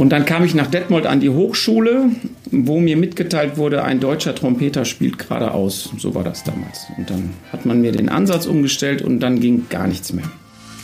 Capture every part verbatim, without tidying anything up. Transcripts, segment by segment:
Und dann kam ich nach Detmold an die Hochschule, wo mir mitgeteilt wurde, ein deutscher Trompeter spielt gerade aus. So war das damals. Und dann hat man mir den Ansatz umgestellt und dann ging gar nichts mehr.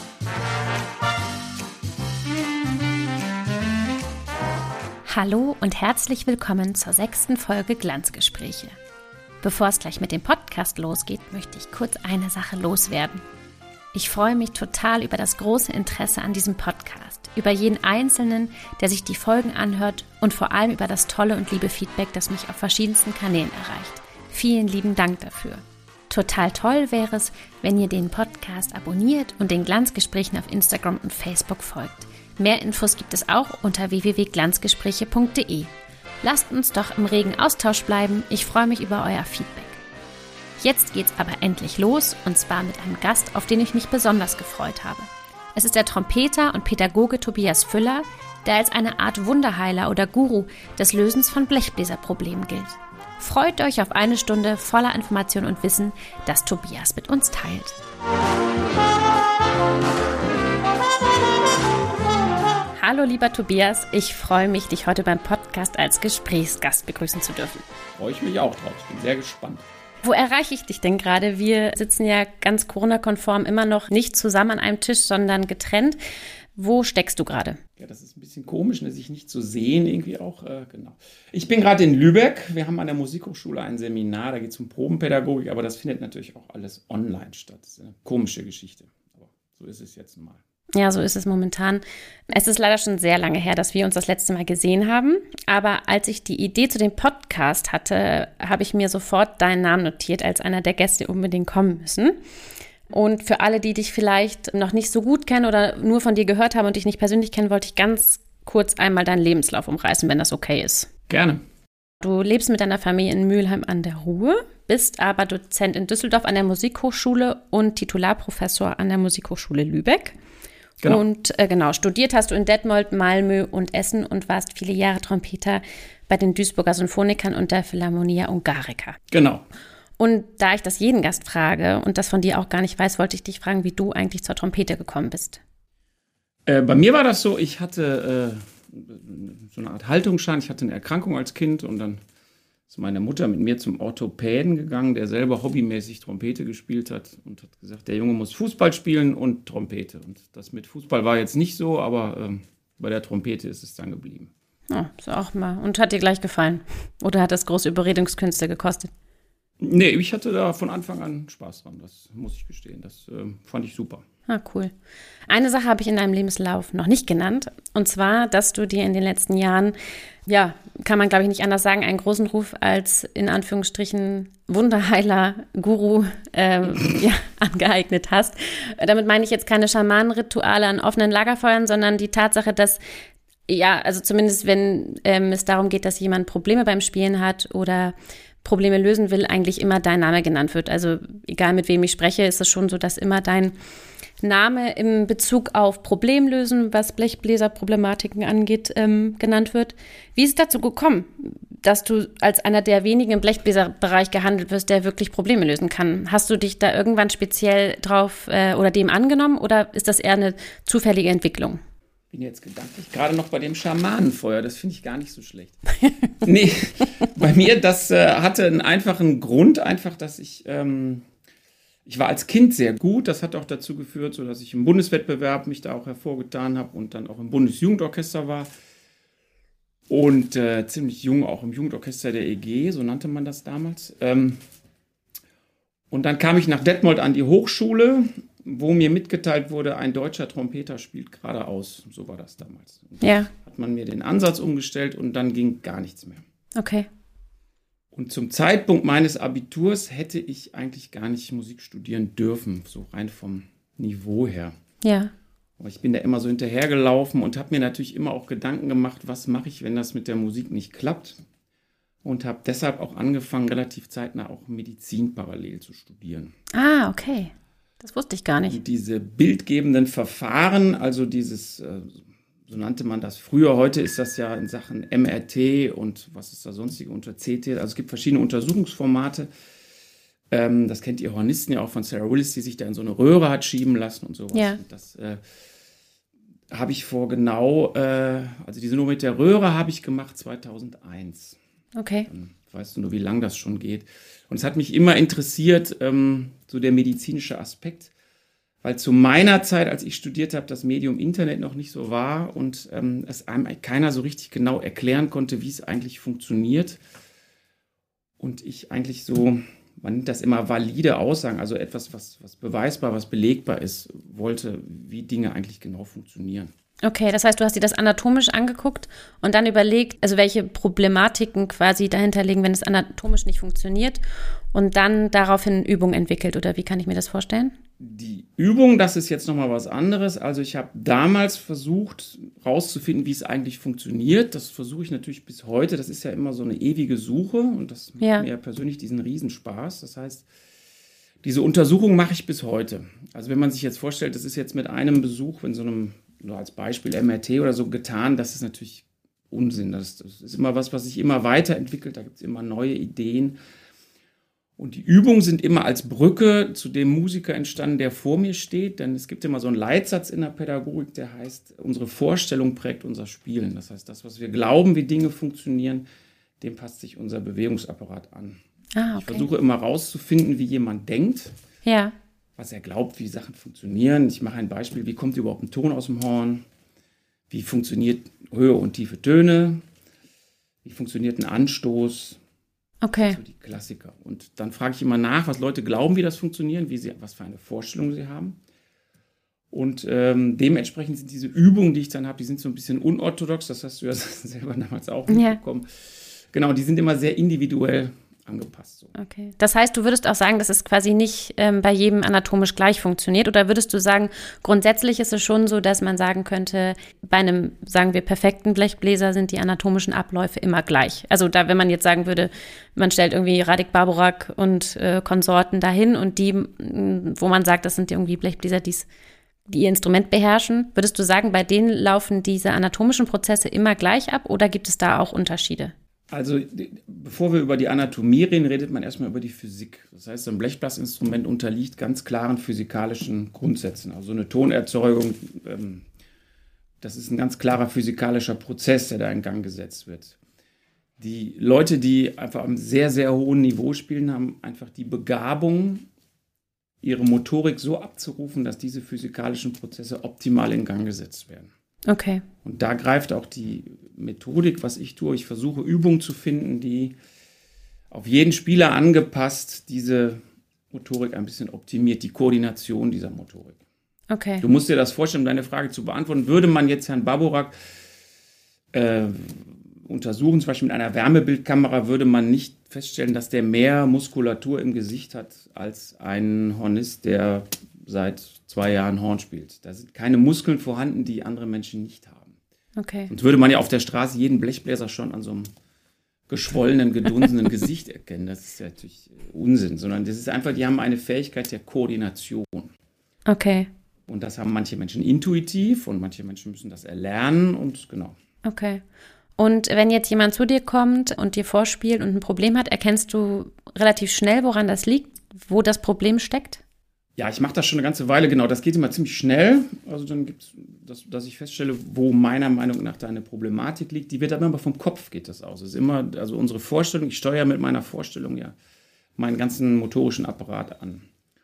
Hallo und herzlich willkommen zur sechsten Folge Glanzgespräche. Bevor es gleich mit dem Podcast losgeht, möchte ich kurz eine Sache loswerden. Ich freue mich total über das große Interesse an diesem Podcast, über jeden Einzelnen, der sich die Folgen anhört und vor allem über das tolle und liebe Feedback, das mich auf verschiedensten Kanälen erreicht. Vielen lieben Dank dafür. Total toll wäre es, wenn ihr den Podcast abonniert und den Glanzgesprächen auf Instagram und Facebook folgt. Mehr Infos gibt es auch unter w w w punkt glanzgespräche punkt de. Lasst uns doch im regen Austausch bleiben. Ich freue mich über euer Feedback. Jetzt geht's aber endlich los, und zwar mit einem Gast, auf den ich mich besonders gefreut habe. Es ist der Trompeter und Pädagoge Tobias Füller, der als eine Art Wunderheiler oder Guru des Lösens von Blechbläserproblemen gilt. Freut euch auf eine Stunde voller Information und Wissen, das Tobias mit uns teilt. Hallo lieber Tobias, ich freue mich, dich heute beim Podcast als Gesprächsgast begrüßen zu dürfen. Freue ich mich auch drauf, ich bin sehr gespannt. Wo erreiche ich dich denn gerade? Wir sitzen ja ganz Corona-konform immer noch nicht zusammen an einem Tisch, sondern getrennt. Wo steckst du gerade? Ja, das ist ein bisschen komisch, ne, sich nicht zu sehen irgendwie auch. Äh, genau. Ich bin gerade in Lübeck. Wir haben an der Musikhochschule ein Seminar, da geht es um Probenpädagogik, aber das findet natürlich auch alles online statt. Das ist eine komische Geschichte, aber so ist es jetzt mal. Ja, so ist es momentan. Es ist leider schon sehr lange her, dass wir uns das letzte Mal gesehen haben. Aber als ich die Idee zu dem Podcast hatte, habe ich mir sofort deinen Namen notiert als einer der Gäste, die unbedingt kommen müssen. Und für alle, die dich vielleicht noch nicht so gut kennen oder nur von dir gehört haben und dich nicht persönlich kennen, wollte ich ganz kurz einmal deinen Lebenslauf umreißen, wenn das okay ist. Gerne. Du lebst mit deiner Familie in Mülheim an der Ruhr, bist aber Dozent in Düsseldorf an der Musikhochschule und Titularprofessor an der Musikhochschule Lübeck. Genau. Und äh, genau, studiert hast du in Detmold, Malmö und Essen und warst viele Jahre Trompeter bei den Duisburger Sinfonikern und der Philharmonia Hungarica. Genau. Und da ich das jeden Gast frage und das von dir auch gar nicht weiß, wollte ich dich fragen, wie du eigentlich zur Trompete gekommen bist. Äh, bei mir war das so, ich hatte äh, so eine Art Haltungsschein, ich hatte eine Erkrankung als Kind und dann ist meine Mutter mit mir zum Orthopäden gegangen, der selber hobbymäßig Trompete gespielt hat und hat gesagt, der Junge muss Fußball spielen und Trompete. Und das mit Fußball war jetzt nicht so, aber ähm, bei der Trompete ist es dann geblieben. Oh, ist auch mal. Und hat dir gleich gefallen? Oder hat das große Überredungskünste gekostet? Nee, ich hatte da von Anfang an Spaß dran, das muss ich gestehen. Das äh, fand ich super. Ah, cool. Eine Sache habe ich in deinem Lebenslauf noch nicht genannt, und zwar, dass du dir in den letzten Jahren, ja, kann man glaube ich nicht anders sagen, einen großen Ruf als in Anführungsstrichen Wunderheiler, Guru ähm, ja, angeeignet hast. Damit meine ich jetzt keine Schamanenrituale an offenen Lagerfeuern, sondern die Tatsache, dass, ja, also zumindest wenn ähm, es darum geht, dass jemand Probleme beim Spielen hat oder Probleme lösen will, eigentlich immer dein Name genannt wird. Also egal mit wem ich spreche, ist es schon so, dass immer dein Name im Bezug auf Problemlösen, was Blechbläserproblematiken angeht, ähm, genannt wird. Wie ist es dazu gekommen, dass du als einer der wenigen im Blechbläserbereich gehandelt wirst, der wirklich Probleme lösen kann? Hast du dich da irgendwann speziell drauf äh, oder dem angenommen, oder ist das eher eine zufällige Entwicklung? Ich bin jetzt gedanklich gerade noch bei dem Schamanenfeuer, das finde ich gar nicht so schlecht. Nee, bei mir, das äh, hatte einen einfachen Grund, einfach, dass ich, ähm, ich war als Kind sehr gut, das hat auch dazu geführt, so dass ich im Bundeswettbewerb mich da auch hervorgetan habe und dann auch im Bundesjugendorchester war und äh, ziemlich jung auch im Jugendorchester der E G, so nannte man das damals. Ähm, und dann kam ich nach Detmold an die Hochschule, wo mir mitgeteilt wurde, ein deutscher Trompeter spielt gerade aus. So war das damals. Und ja. Hat man mir den Ansatz umgestellt und dann ging gar nichts mehr. Okay. Und zum Zeitpunkt meines Abiturs hätte ich eigentlich gar nicht Musik studieren dürfen, so rein vom Niveau her. Ja. Aber ich bin da immer so hinterhergelaufen und habe mir natürlich immer auch Gedanken gemacht, was mache ich, wenn das mit der Musik nicht klappt? Und habe deshalb auch angefangen, relativ zeitnah auch Medizin parallel zu studieren. Ah, okay. Das wusste ich gar nicht. Und diese bildgebenden Verfahren, also dieses, äh, so nannte man das früher, heute ist das ja in Sachen M R T und was ist da sonstige unter C T, also es gibt verschiedene Untersuchungsformate. Ähm, das kennt ihr Hornisten ja auch von Sarah Willis, die sich da in so eine Röhre hat schieben lassen und sowas. Ja. Und das, äh, habe ich vor genau, äh, also diese Nummer mit der Röhre habe ich gemacht zweitausendeins. Okay. Dann weißt du nur, wie lang das schon geht. Und es hat mich immer interessiert, ähm, so der medizinische Aspekt, weil zu meiner Zeit, als ich studiert habe, das Medium Internet noch nicht so war und ähm, es einem keiner so richtig genau erklären konnte, wie es eigentlich funktioniert. Und ich eigentlich so, man nennt das immer valide Aussagen, also etwas, was, was beweisbar, was belegbar ist, wollte, wie Dinge eigentlich genau funktionieren. Okay, das heißt, du hast dir das anatomisch angeguckt und dann überlegt, also welche Problematiken quasi dahinter liegen, wenn es anatomisch nicht funktioniert und dann daraufhin Übungen entwickelt, oder wie kann ich mir das vorstellen? Die Übung, das ist jetzt nochmal was anderes. Also ich habe damals versucht, rauszufinden, wie es eigentlich funktioniert. Das versuche ich natürlich bis heute. Das ist ja immer so eine ewige Suche und das macht ja. mir persönlich diesen Riesenspaß. Das heißt, diese Untersuchung mache ich bis heute. Also wenn man sich jetzt vorstellt, das ist jetzt mit einem Besuch in so einem, nur als Beispiel M R T oder so getan, das ist natürlich Unsinn. Das, das ist immer was, was sich immer weiterentwickelt. Da gibt es immer neue Ideen. Und die Übungen sind immer als Brücke zu dem Musiker entstanden, der vor mir steht. Denn es gibt immer so einen Leitsatz in der Pädagogik, der heißt, unsere Vorstellung prägt unser Spielen. Das heißt, das, was wir glauben, wie Dinge funktionieren, dem passt sich unser Bewegungsapparat an. Ah, okay. Ich versuche immer rauszufinden, wie jemand denkt, ja. was er glaubt, wie Sachen funktionieren. Ich mache ein Beispiel, wie kommt überhaupt ein Ton aus dem Horn? Wie funktioniert Höhe und tiefe Töne? Wie funktioniert ein Anstoß? Okay. So die Klassiker. Und dann frage ich immer nach, was Leute glauben, wie das funktioniert, wie sie, was für eine Vorstellung sie haben. Und ähm, dementsprechend sind diese Übungen, die ich dann habe, die sind so ein bisschen unorthodox. Das hast du ja selber damals auch mitbekommen. Ja. Genau, die sind immer sehr individuell angepasst. So. Okay. Das heißt, du würdest auch sagen, dass es quasi nicht ähm, bei jedem anatomisch gleich funktioniert? Oder würdest du sagen, grundsätzlich ist es schon so, dass man sagen könnte, bei einem, sagen wir, perfekten Blechbläser sind die anatomischen Abläufe immer gleich? Also da, wenn man jetzt sagen würde, man stellt irgendwie Radek Baburak und äh, Konsorten dahin und die, wo man sagt, das sind irgendwie Blechbläser, die's, die ihr Instrument beherrschen, würdest du sagen, bei denen laufen diese anatomischen Prozesse immer gleich ab oder gibt es da auch Unterschiede? Also, bevor wir über die Anatomie reden, redet man erstmal über die Physik. Das heißt, ein Blechblasinstrument unterliegt ganz klaren physikalischen Grundsätzen. Also eine Tonerzeugung, ähm, das ist ein ganz klarer physikalischer Prozess, der da in Gang gesetzt wird. Die Leute, die einfach am sehr, sehr hohen Niveau spielen, haben einfach die Begabung, ihre Motorik so abzurufen, dass diese physikalischen Prozesse optimal in Gang gesetzt werden. Okay. Und da greift auch die Methodik, was ich tue. Ich versuche Übungen zu finden, die auf jeden Spieler angepasst diese Motorik ein bisschen optimiert, die Koordination dieser Motorik. Okay. Du musst dir das vorstellen, um deine Frage zu beantworten. Würde man jetzt Herrn Baburak äh, untersuchen, zum Beispiel mit einer Wärmebildkamera, würde man nicht feststellen, dass der mehr Muskulatur im Gesicht hat als ein Hornist, der seit zwei Jahren Horn spielt. Da sind keine Muskeln vorhanden, die andere Menschen nicht haben. Okay. Sonst würde man ja auf der Straße jeden Blechbläser schon an so einem geschwollenen, gedunsenen Gesicht erkennen. Das ist ja natürlich Unsinn, sondern das ist einfach, die haben eine Fähigkeit der Koordination. Okay. Und das haben manche Menschen intuitiv und manche Menschen müssen das erlernen und genau. Okay. Und wenn jetzt jemand zu dir kommt und dir vorspielt und ein Problem hat, erkennst du relativ schnell, woran das liegt, wo das Problem steckt? Ja, ich mache das schon eine ganze Weile, genau. Das geht immer ziemlich schnell. Also dann gibt es, dass, dass ich feststelle, wo meiner Meinung nach da eine Problematik liegt. Die wird aber immer vom Kopf geht das aus. Es ist immer, also unsere Vorstellung, ich steuere mit meiner Vorstellung ja meinen ganzen motorischen Apparat an.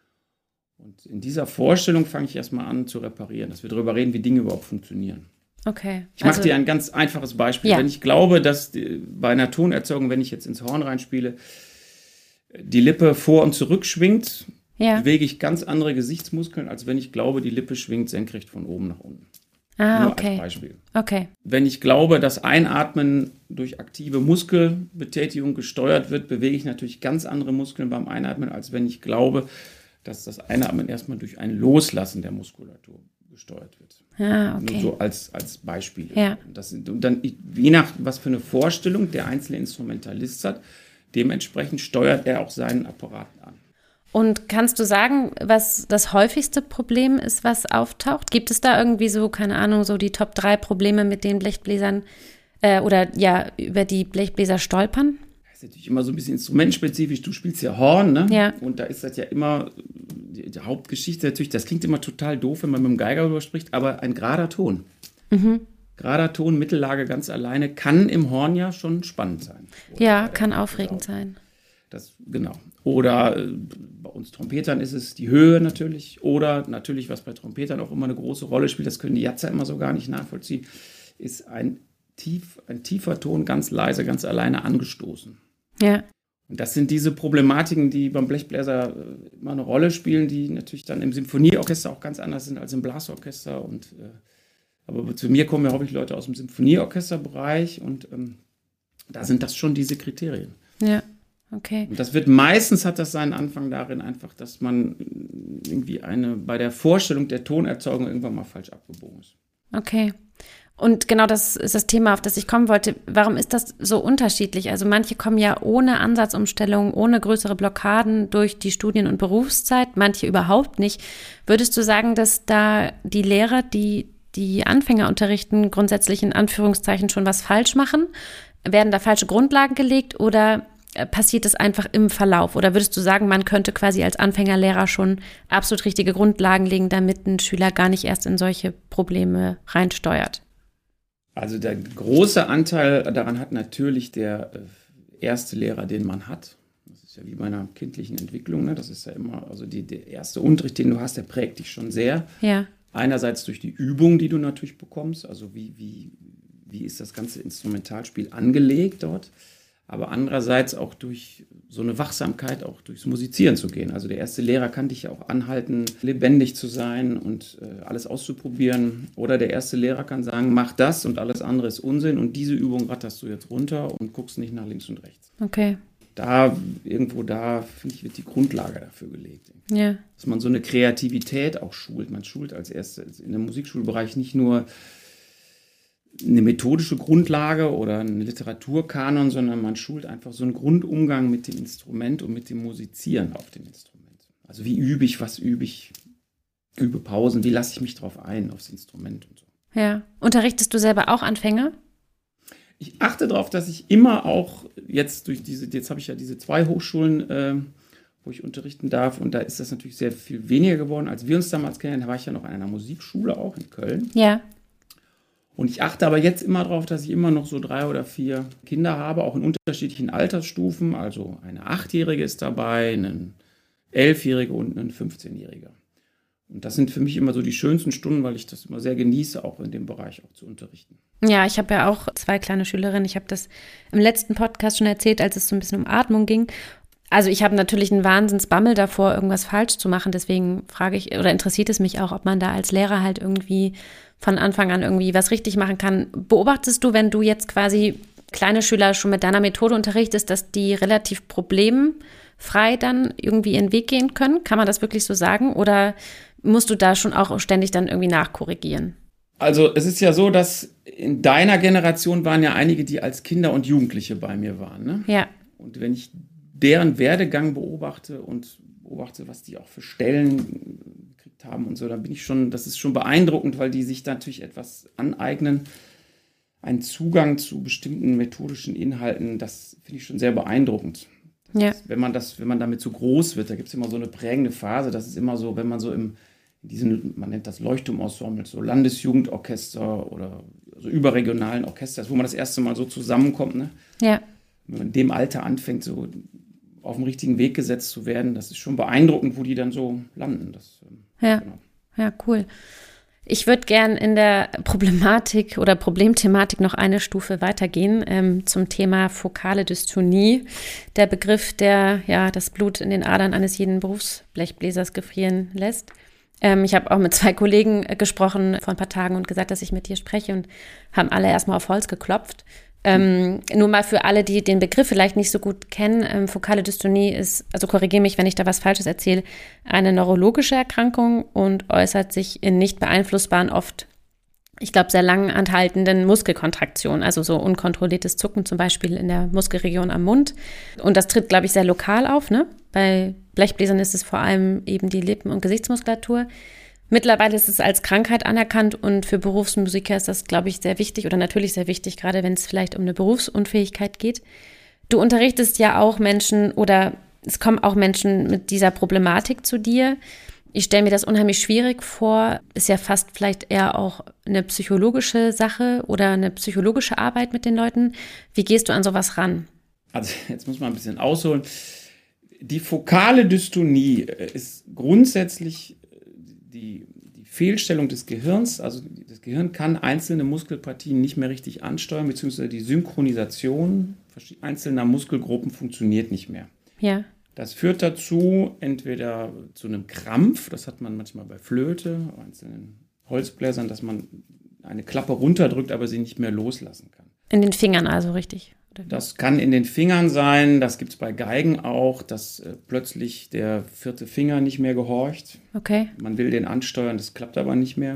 Und in dieser Vorstellung fange ich erstmal an zu reparieren, dass wir darüber reden, wie Dinge überhaupt funktionieren. Okay. Ich mache also, dir ein ganz einfaches Beispiel. Ja. Wenn ich glaube, dass die, bei einer Tonerzeugung, wenn ich jetzt ins Horn reinspiele, die Lippe vor und zurück schwingt, ja. bewege ich ganz andere Gesichtsmuskeln, als wenn ich glaube, die Lippe schwingt senkrecht von oben nach unten. Ah, Nur okay. als Beispiel. Okay. Wenn ich glaube, dass Einatmen durch aktive Muskelbetätigung gesteuert wird, bewege ich natürlich ganz andere Muskeln beim Einatmen, als wenn ich glaube, dass das Einatmen erstmal durch ein Loslassen der Muskulatur gesteuert wird. Ah, okay. Nur so als, als Beispiel. Ja. Das sind, und dann, je nach was für eine Vorstellung der einzelne Instrumentalist hat, dementsprechend steuert er auch seinen Apparat an. Und kannst du sagen, was das häufigste Problem ist, was auftaucht? Gibt es da irgendwie so, keine Ahnung, so die Top drei Probleme, mit den Blechbläsern äh, oder ja, über die Blechbläser stolpern? Es ist natürlich immer so ein bisschen instrumentspezifisch. Du spielst ja Horn, ne? Ja. Und da ist das ja immer, die, die Hauptgeschichte natürlich, das klingt immer total doof, wenn man mit dem Geiger drüber spricht, aber ein gerader Ton. Mhm. Gerader Ton, Mittellage ganz alleine, kann im Horn ja schon spannend sein. Oder ja, kann aufregend sein. Das, genau. Oder äh, bei uns Trompetern ist es die Höhe natürlich. Oder natürlich, was bei Trompetern auch immer eine große Rolle spielt, das können die Jatzer immer so gar nicht nachvollziehen, ist ein, tief, ein tiefer Ton, ganz leise, ganz alleine angestoßen. Ja. Und das sind diese Problematiken, die beim Blechbläser äh, immer eine Rolle spielen, die natürlich dann im Symphonieorchester auch ganz anders sind als im Blasorchester. Und, äh, aber zu mir kommen ja häufig Leute aus dem Symphonieorchesterbereich und ähm, da sind das schon diese Kriterien. Ja. Okay. Und das wird meistens, hat das seinen Anfang darin einfach, dass man irgendwie eine, bei der Vorstellung der Tonerzeugung irgendwann mal falsch abgebogen ist. Okay. Und genau das ist das Thema, auf das ich kommen wollte. Warum ist das so unterschiedlich? Also manche kommen ja ohne Ansatzumstellung, ohne größere Blockaden durch die Studien- und Berufszeit, manche überhaupt nicht. Würdest du sagen, dass da die Lehrer, die die Anfänger unterrichten, grundsätzlich in Anführungszeichen schon was falsch machen? Werden da falsche Grundlagen gelegt oder passiert es einfach im Verlauf? Oder würdest du sagen, man könnte quasi als Anfängerlehrer schon absolut richtige Grundlagen legen, damit ein Schüler gar nicht erst in solche Probleme reinsteuert? Also der große Anteil daran hat natürlich der erste Lehrer, den man hat. Das ist ja wie bei einer kindlichen Entwicklung. Ne? Das ist ja immer, also die, der erste Unterricht, den du hast, der prägt dich schon sehr. Ja. Einerseits durch die Übung, die du natürlich bekommst. Also wie, wie, wie ist das ganze Instrumentalspiel angelegt dort? Aber andererseits auch durch so eine Wachsamkeit, auch durchs Musizieren zu gehen. Also der erste Lehrer kann dich ja auch anhalten, lebendig zu sein und äh, alles auszuprobieren. Oder der erste Lehrer kann sagen, mach das und alles andere ist Unsinn und diese Übung ratterst du jetzt runter und guckst nicht nach links und rechts. Okay. Da, irgendwo da, finde ich, wird die Grundlage dafür gelegt. Ja. Dass man so eine Kreativität auch schult. Man schult als erstes in dem Musikschulbereich nicht nur eine methodische Grundlage oder einen Literaturkanon, sondern man schult einfach so einen Grundumgang mit dem Instrument und mit dem Musizieren auf dem Instrument. Also wie übe ich, was übe ich, übe Pausen, wie lasse ich mich drauf ein, aufs Instrument und so. Ja. Unterrichtest du selber auch Anfänger? Ich achte darauf, dass ich immer auch jetzt durch diese, jetzt habe ich ja diese zwei Hochschulen, äh, wo ich unterrichten darf und da ist das natürlich sehr viel weniger geworden, als wir uns damals kennen. Da war ich ja noch an einer Musikschule auch in Köln. Ja. Und ich achte aber jetzt immer darauf, dass ich immer noch so drei oder vier Kinder habe, auch in unterschiedlichen Altersstufen. Also eine Achtjährige ist dabei, ein Elfjährige und ein fünfzehnjähriger. Und das sind für mich immer so die schönsten Stunden, weil ich das immer sehr genieße, auch in dem Bereich auch zu unterrichten. Ja, ich habe ja auch zwei kleine Schülerinnen. Ich habe das im letzten Podcast schon erzählt, als es so ein bisschen um Atmung ging. Also ich habe natürlich einen Wahnsinnsbammel davor, irgendwas falsch zu machen. Deswegen frage ich, oder interessiert es mich auch, ob man da als Lehrer halt irgendwie von Anfang an irgendwie was richtig machen kann. Beobachtest du, wenn du jetzt quasi kleine Schüler schon mit deiner Methode unterrichtest, dass die relativ problemfrei dann irgendwie ihren Weg gehen können? Kann man das wirklich so sagen? Oder musst du da schon auch ständig dann irgendwie nachkorrigieren? Also es ist ja so, dass in deiner Generation waren ja einige, die als Kinder und Jugendliche bei mir waren. Ne? Ja. Und wenn ich deren Werdegang beobachte und beobachte, was die auch für Stellen gekriegt haben und so, dann bin ich schon, das ist schon beeindruckend, weil die sich natürlich etwas aneignen, einen Zugang zu bestimmten methodischen Inhalten, das finde ich schon sehr beeindruckend. Ja. Ist, wenn man das, wenn man damit so groß wird, da gibt es immer so eine prägende Phase, das ist immer so, wenn man so im, in diesen, man nennt das Leuchtturmensemble, so Landesjugendorchester oder so überregionalen Orchesters, wo man das erste Mal so zusammenkommt, ne? Ja. Wenn man in dem Alter anfängt, so auf dem richtigen Weg gesetzt zu werden, das ist schon beeindruckend, wo die dann so landen. Das, ja. Genau. Ja, cool. Ich würde gern in der Problematik oder Problemthematik noch eine Stufe weitergehen, ähm, zum Thema fokale Dystonie. Der Begriff, der ja das Blut in den Adern eines jeden Berufsblechbläsers gefrieren lässt. Ähm, ich habe auch mit zwei Kollegen äh, gesprochen vor ein paar Tagen und gesagt, dass ich mit dir spreche und haben alle erstmal auf Holz geklopft. Ähm, nur mal für alle, die den Begriff vielleicht nicht so gut kennen, ähm, fokale Dystonie ist, also korrigiere mich, wenn ich da was Falsches erzähle, eine neurologische Erkrankung und äußert sich in nicht beeinflussbaren, oft, ich glaube, sehr lang anhaltenden Muskelkontraktionen, also so unkontrolliertes Zucken zum Beispiel in der Muskelregion am Mund. Und das tritt, glaube ich, sehr lokal auf, ne? Bei Blechbläsern ist es vor allem eben die Lippen- und Gesichtsmuskulatur. Mittlerweile ist es als Krankheit anerkannt und für Berufsmusiker ist das, glaube ich, sehr wichtig oder natürlich sehr wichtig, gerade wenn es vielleicht um eine Berufsunfähigkeit geht. Du unterrichtest ja auch Menschen oder es kommen auch Menschen mit dieser Problematik zu dir. Ich stelle mir das unheimlich schwierig vor. Ist ja fast vielleicht eher auch eine psychologische Sache oder eine psychologische Arbeit mit den Leuten. Wie gehst du an sowas ran? Also jetzt muss man ein bisschen ausholen. Die fokale Dystonie ist grundsätzlich die, die Fehlstellung des Gehirns. Also das Gehirn kann einzelne Muskelpartien nicht mehr richtig ansteuern, beziehungsweise die Synchronisation einzelner Muskelgruppen funktioniert nicht mehr. Ja. Das führt dazu, entweder zu einem Krampf, das hat man manchmal bei Flöte, einzelnen Holzbläsern, dass man eine Klappe runterdrückt, aber sie nicht mehr loslassen kann. In den Fingern also, richtig? Das kann in den Fingern sein, das gibt es bei Geigen auch, dass äh, plötzlich der vierte Finger nicht mehr gehorcht. Okay. Man will den ansteuern, das klappt aber nicht mehr.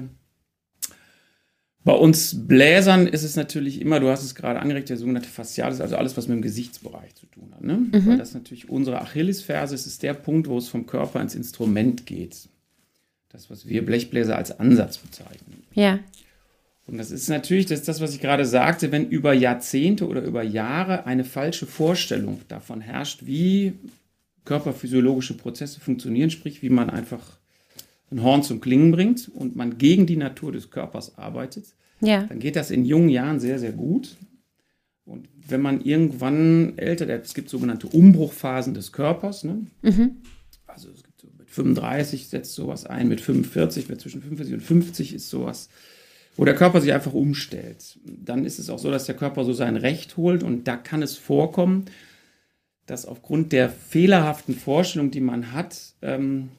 Bei uns Bläsern ist es natürlich immer, du hast es gerade angeregt, der sogenannte Faszialis, also alles, was mit dem Gesichtsbereich zu tun hat. Ne? Mhm. Weil das natürlich unsere Achillesferse ist, ist der Punkt, wo es vom Körper ins Instrument geht. Das, was wir Blechbläser als Ansatz bezeichnen. Ja. Und das ist natürlich, das ist das, was ich gerade sagte, wenn über Jahrzehnte oder über Jahre eine falsche Vorstellung davon herrscht, wie körperphysiologische Prozesse funktionieren, sprich, wie man einfach ein Horn zum Klingen bringt und man gegen die Natur des Körpers arbeitet, ja. dann geht das in jungen Jahren sehr, sehr gut. Und wenn man irgendwann älter, es gibt sogenannte Umbruchphasen des Körpers, ne? Mhm. Also es gibt so mit fünfunddreißig setzt sowas ein, mit fünfundvierzig, mit zwischen fünfundvierzig und fünfzig ist sowas, wo der Körper sich einfach umstellt. Dann ist es auch so, dass der Körper so sein Recht holt und da kann es vorkommen, dass aufgrund der fehlerhaften Vorstellung, die man hat, ähm,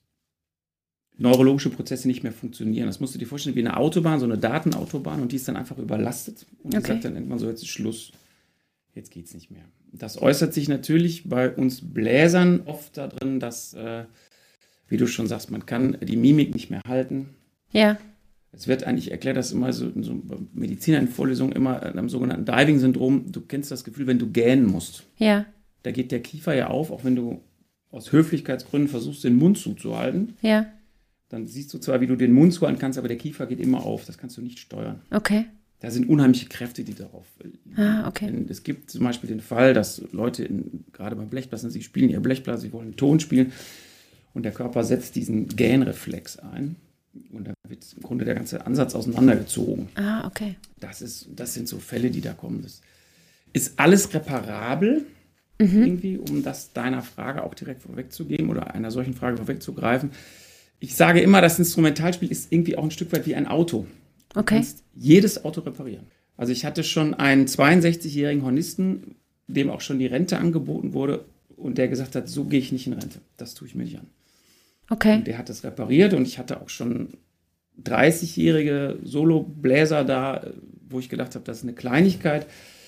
neurologische Prozesse nicht mehr funktionieren. Das musst du dir vorstellen wie eine Autobahn, so eine Datenautobahn und die ist dann einfach überlastet und die okay. sagt dann irgendwann so, jetzt ist Schluss, jetzt geht's nicht mehr. Das äußert sich natürlich bei uns Bläsern oft darin, dass, äh, wie du schon sagst, man kann die Mimik nicht mehr halten. Ja. Es wird eigentlich erklärt, dass immer so, so Mediziner in Vorlesungen immer am sogenannten Diving-Syndrom, du kennst das Gefühl, wenn du gähnen musst. Ja. Da geht der Kiefer ja auf, auch wenn du aus Höflichkeitsgründen versuchst, den Mund zuzuhalten. Ja. Dann siehst du zwar, wie du den Mund zuhalten kannst, aber der Kiefer geht immer auf. Das kannst du nicht steuern. Okay. Da sind unheimliche Kräfte, die darauf liegen. Ah, okay. Es gibt zum Beispiel den Fall, dass Leute, in, gerade beim Blechblasen, sie spielen ihr Blechblasen, sie wollen einen Ton spielen und der Körper setzt diesen Gähnreflex ein und da wird im Grunde der ganze Ansatz auseinandergezogen. Ah, okay. Das ist, das sind so Fälle, die da kommen. Das ist alles reparabel, mhm. irgendwie, um das deiner Frage auch direkt vorwegzugeben oder einer solchen Frage vorwegzugreifen. Ich sage immer, das Instrumentalspiel ist irgendwie auch ein Stück weit wie ein Auto. Du okay. kannst jedes Auto reparieren. Also ich hatte schon einen zweiundsechzigjährigen Hornisten, dem auch schon die Rente angeboten wurde und der gesagt hat, so gehe ich nicht in Rente. Das tue ich mir nicht an. Okay. Und der hat das repariert und ich hatte auch schon dreißigjährige Solobläser da, wo ich gedacht habe, das ist eine Kleinigkeit,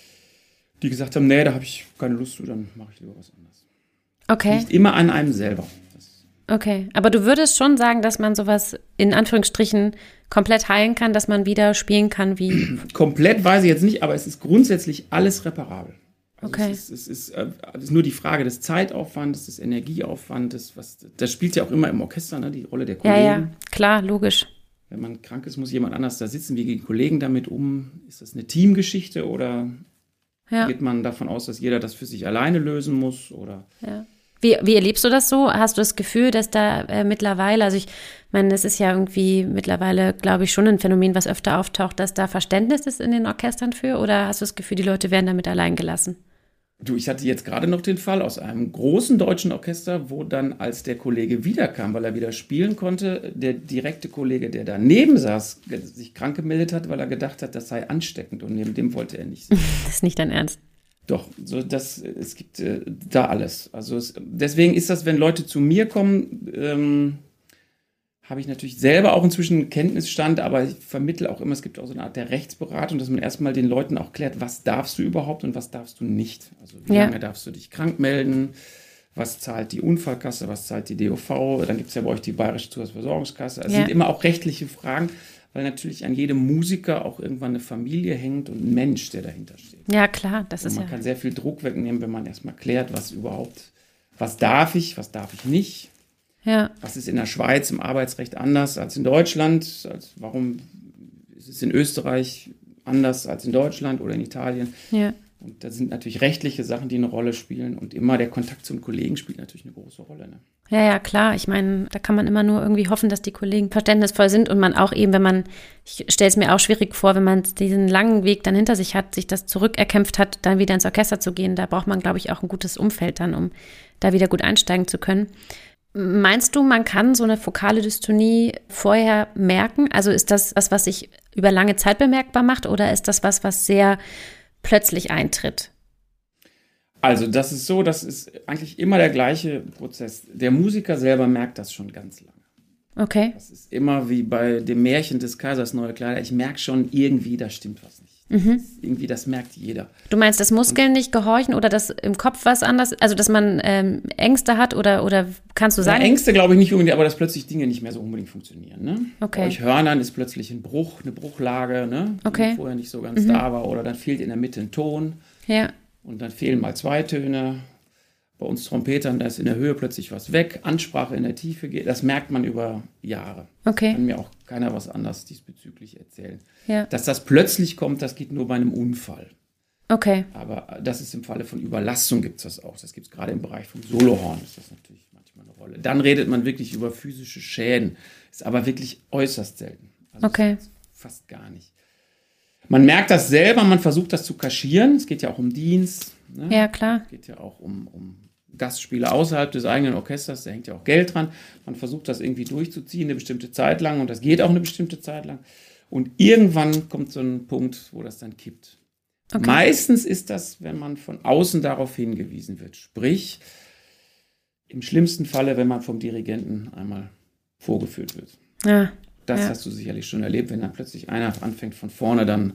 die gesagt haben, nee, da habe ich keine Lust zu, dann mache ich lieber was anderes. Okay. Nicht immer an einem selber. Okay, aber du würdest schon sagen, dass man sowas in Anführungsstrichen komplett heilen kann, dass man wieder spielen kann wie... Komplett weiß ich jetzt nicht, aber es ist grundsätzlich alles reparabel. Also okay. Es ist, es, ist, äh, es ist nur die Frage des Zeitaufwandes, des Energieaufwandes. Was, das spielt ja auch immer im Orchester, ne, die Rolle der Kollegen. Ja, ja, klar, logisch. Wenn man krank ist, muss jemand anders da sitzen. Wie gehen Kollegen damit um? Ist das eine Teamgeschichte oder ja. geht man davon aus, dass jeder das für sich alleine lösen muss? Oder... Ja. Wie, wie erlebst du das so? Hast du das Gefühl, dass da äh, mittlerweile, also ich meine, das ist ja irgendwie mittlerweile, glaube ich, schon ein Phänomen, was öfter auftaucht, dass da Verständnis ist in den Orchestern für? Oder hast du das Gefühl, die Leute werden damit allein gelassen? Du, ich hatte jetzt gerade noch den Fall aus einem großen deutschen Orchester, wo dann, als der Kollege wiederkam, weil er wieder spielen konnte, der direkte Kollege, der daneben saß, sich krank gemeldet hat, weil er gedacht hat, das sei ansteckend und neben dem wollte er nicht sein. Das ist nicht dein Ernst. Doch, so das, es gibt äh, da alles. Also es, deswegen ist das, wenn Leute zu mir kommen, ähm, habe ich natürlich selber auch inzwischen einen Kenntnisstand, aber ich vermittle auch immer, es gibt auch so eine Art der Rechtsberatung, dass man erstmal den Leuten auch klärt, was darfst du überhaupt und was darfst du nicht. Also wie ja. lange darfst du dich krank melden, was zahlt die Unfallkasse, was zahlt die D O V, dann gibt es ja bei euch die Bayerische Zusatzversorgungskasse. Es ja. sind immer auch rechtliche Fragen, weil natürlich an jedem Musiker auch irgendwann eine Familie hängt und ein Mensch, der dahinter steht. Ja, klar, das und ist man ja... Man kann sehr viel Druck wegnehmen, wenn man erstmal klärt, was überhaupt, was darf ich, was darf ich nicht. Ja. Was ist in der Schweiz im Arbeitsrecht anders als in Deutschland? Also warum ist es in Österreich anders als in Deutschland oder in Italien? Ja. Und da sind natürlich rechtliche Sachen, die eine Rolle spielen. Und immer der Kontakt zum Kollegen spielt natürlich eine große Rolle. Ne? Ja, ja, klar. Ich meine, da kann man immer nur irgendwie hoffen, dass die Kollegen verständnisvoll sind und man auch eben, wenn man, ich stelle es mir auch schwierig vor, wenn man diesen langen Weg dann hinter sich hat, sich das zurückerkämpft hat, dann wieder ins Orchester zu gehen. Da braucht man, glaube ich, auch ein gutes Umfeld dann, um da wieder gut einsteigen zu können. Meinst du, man kann so eine fokale Dystonie vorher merken? Also ist das was, was sich über lange Zeit bemerkbar macht oder ist das was, was sehr plötzlich eintritt? Also das ist so, das ist eigentlich immer der gleiche Prozess. Der Musiker selber merkt das schon ganz lange. Okay. Das ist immer wie bei dem Märchen des Kaisers neue Kleider. Ich merke schon irgendwie, da stimmt was nicht. Das Mhm. ist irgendwie, das merkt jeder. Du meinst, dass Muskeln nicht gehorchen oder dass im Kopf was anders, also dass man ähm, Ängste hat oder, oder kannst du sagen? Ja, Ängste glaube ich nicht unbedingt, aber dass plötzlich Dinge nicht mehr so unbedingt funktionieren. Ne? Okay. Bei euch Hörnern ist plötzlich ein Bruch, eine Bruchlage, ne? Okay. Die vorher nicht so ganz da war. Oder dann fehlt in der Mitte ein Ton Ja, und dann fehlen mal zwei Töne. Bei uns Trompetern, da ist in der Höhe plötzlich was weg. Ansprache in der Tiefe geht. Das merkt man über Jahre. okay. Kann mir auch keiner was anderes diesbezüglich erzählen. Ja, Dass das plötzlich kommt, das geht nur bei einem Unfall. okay. Aber das ist im Falle von Überlastung gibt es das auch. Das gibt es gerade im Bereich vom Solohorn, ist das natürlich manchmal eine Rolle. Dann redet man wirklich über physische Schäden. Ist aber wirklich äußerst selten. Also Okay. fast gar nicht. Man merkt das selber, man versucht das zu kaschieren. Es geht ja auch um Dienst. Ne? Ja, klar. Es geht ja auch um, um Gastspiele außerhalb des eigenen Orchesters. Da hängt ja auch Geld dran. Man versucht das irgendwie durchzuziehen, eine bestimmte Zeit lang. Und das geht auch eine bestimmte Zeit lang. Und irgendwann kommt so ein Punkt, wo das dann kippt. Okay. Meistens ist das, wenn man von außen darauf hingewiesen wird. Sprich, im schlimmsten Falle, wenn man vom Dirigenten einmal vorgeführt wird. Ja, Das ja. hast du sicherlich schon erlebt, wenn dann plötzlich einer anfängt, von vorne dann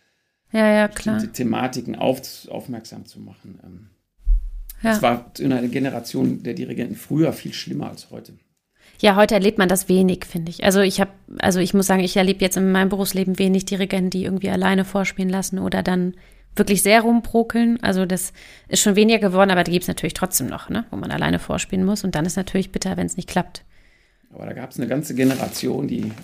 ja, ja, klar. bestimmte Thematiken auf, aufmerksam zu machen. Ähm, Ja. Das war in einer Generation der Dirigenten früher viel schlimmer als heute. Ja, heute erlebt man das wenig, finde ich. Also ich habe, also ich muss sagen, ich erlebe jetzt in meinem Berufsleben wenig Dirigenten, die irgendwie alleine vorspielen lassen oder dann wirklich sehr rumbrokeln. Also das ist schon weniger geworden, aber die gibt es natürlich trotzdem noch, ne? Wo man alleine vorspielen muss. Und dann ist natürlich bitter, wenn es nicht klappt. Aber da gab es eine ganze Generation, die, äh,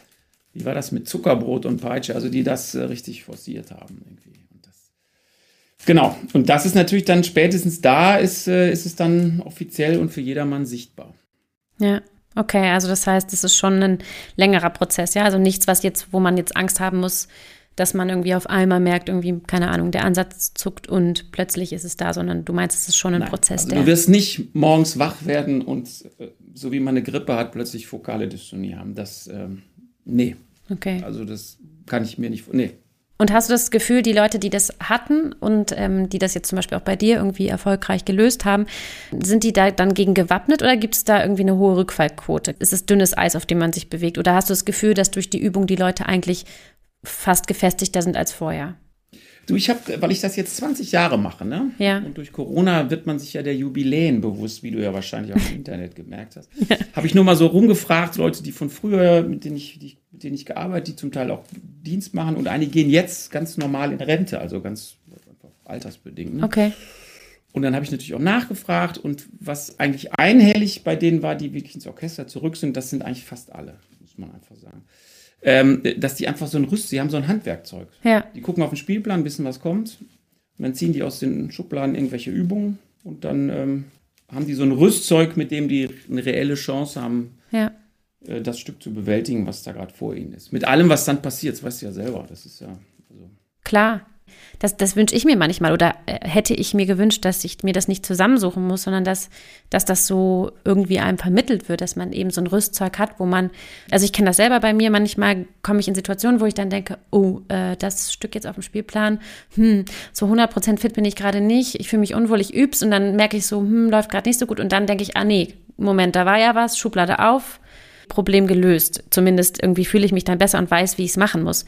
wie war das mit Zuckerbrot und Peitsche, also die das äh, richtig forciert haben irgendwie. Und das, genau, und das ist natürlich dann spätestens da, ist, äh, ist es dann offiziell und für jedermann sichtbar. Ja, okay, also das heißt, es ist schon ein längerer Prozess, ja? Also nichts, was jetzt, wo man jetzt Angst haben muss, dass man irgendwie auf einmal merkt, irgendwie, keine Ahnung, der Ansatz zuckt und plötzlich ist es da, sondern du meinst, es ist schon ein Nein, Prozess, also der... du wirst nicht morgens wach werden und äh, so wie man eine Grippe hat, plötzlich fokale Dystonie haben. Das, ähm, nee, Okay. also das kann ich mir nicht, nee. Und hast du das Gefühl, die Leute, die das hatten und ähm, die das jetzt zum Beispiel auch bei dir irgendwie erfolgreich gelöst haben, sind die da dann gegen gewappnet oder gibt es da irgendwie eine hohe Rückfallquote? Ist es dünnes Eis, auf dem man sich bewegt? Oder hast du das Gefühl, dass durch die Übung die Leute eigentlich fast gefestigter sind als vorher? Du, ich habe, weil ich das jetzt zwanzig Jahre mache, ne? Ja. Und durch Corona wird man sich ja der Jubiläen bewusst, wie du ja wahrscheinlich auch im Internet gemerkt hast. Ja. Habe ich nur mal so rumgefragt, Leute, die von früher, mit denen ich, die, mit denen ich gearbeitet, die zum Teil auch Dienst machen und einige gehen jetzt ganz normal in Rente, also ganz altersbedingt. Ne? Okay. Und dann habe ich natürlich auch nachgefragt und was eigentlich einhellig bei denen war, die wirklich ins Orchester zurück sind, das sind eigentlich fast alle, muss man einfach sagen. Ähm, dass die einfach so ein Rüst, die haben so ein Handwerkzeug. Ja. Die gucken auf den Spielplan, wissen, was kommt. Und dann ziehen die aus den Schubladen irgendwelche Übungen. Und dann ähm, haben die so ein Rüstzeug, mit dem die eine reelle Chance haben, Ja. äh, das Stück zu bewältigen, was da gerade vor ihnen ist. Mit allem, was dann passiert, das weißt du ja selber. Das ist ja. Also Klar. Das, das wünsche ich mir manchmal oder äh, hätte ich mir gewünscht, dass ich mir das nicht zusammensuchen muss, sondern dass, dass das so irgendwie einem vermittelt wird, dass man eben so ein Rüstzeug hat, wo man, also ich kenne das selber bei mir, manchmal komme ich in Situationen, wo ich dann denke, oh, äh, das Stück jetzt auf dem Spielplan, hm, so hundert Prozent fit bin ich gerade nicht, ich fühle mich unwohl, ich üb's und dann merke ich so, hm, läuft gerade nicht so gut und dann denke ich, ah nee, Moment, da war ja was, Schublade auf, Problem gelöst, zumindest irgendwie fühle ich mich dann besser und weiß, wie ich es machen muss.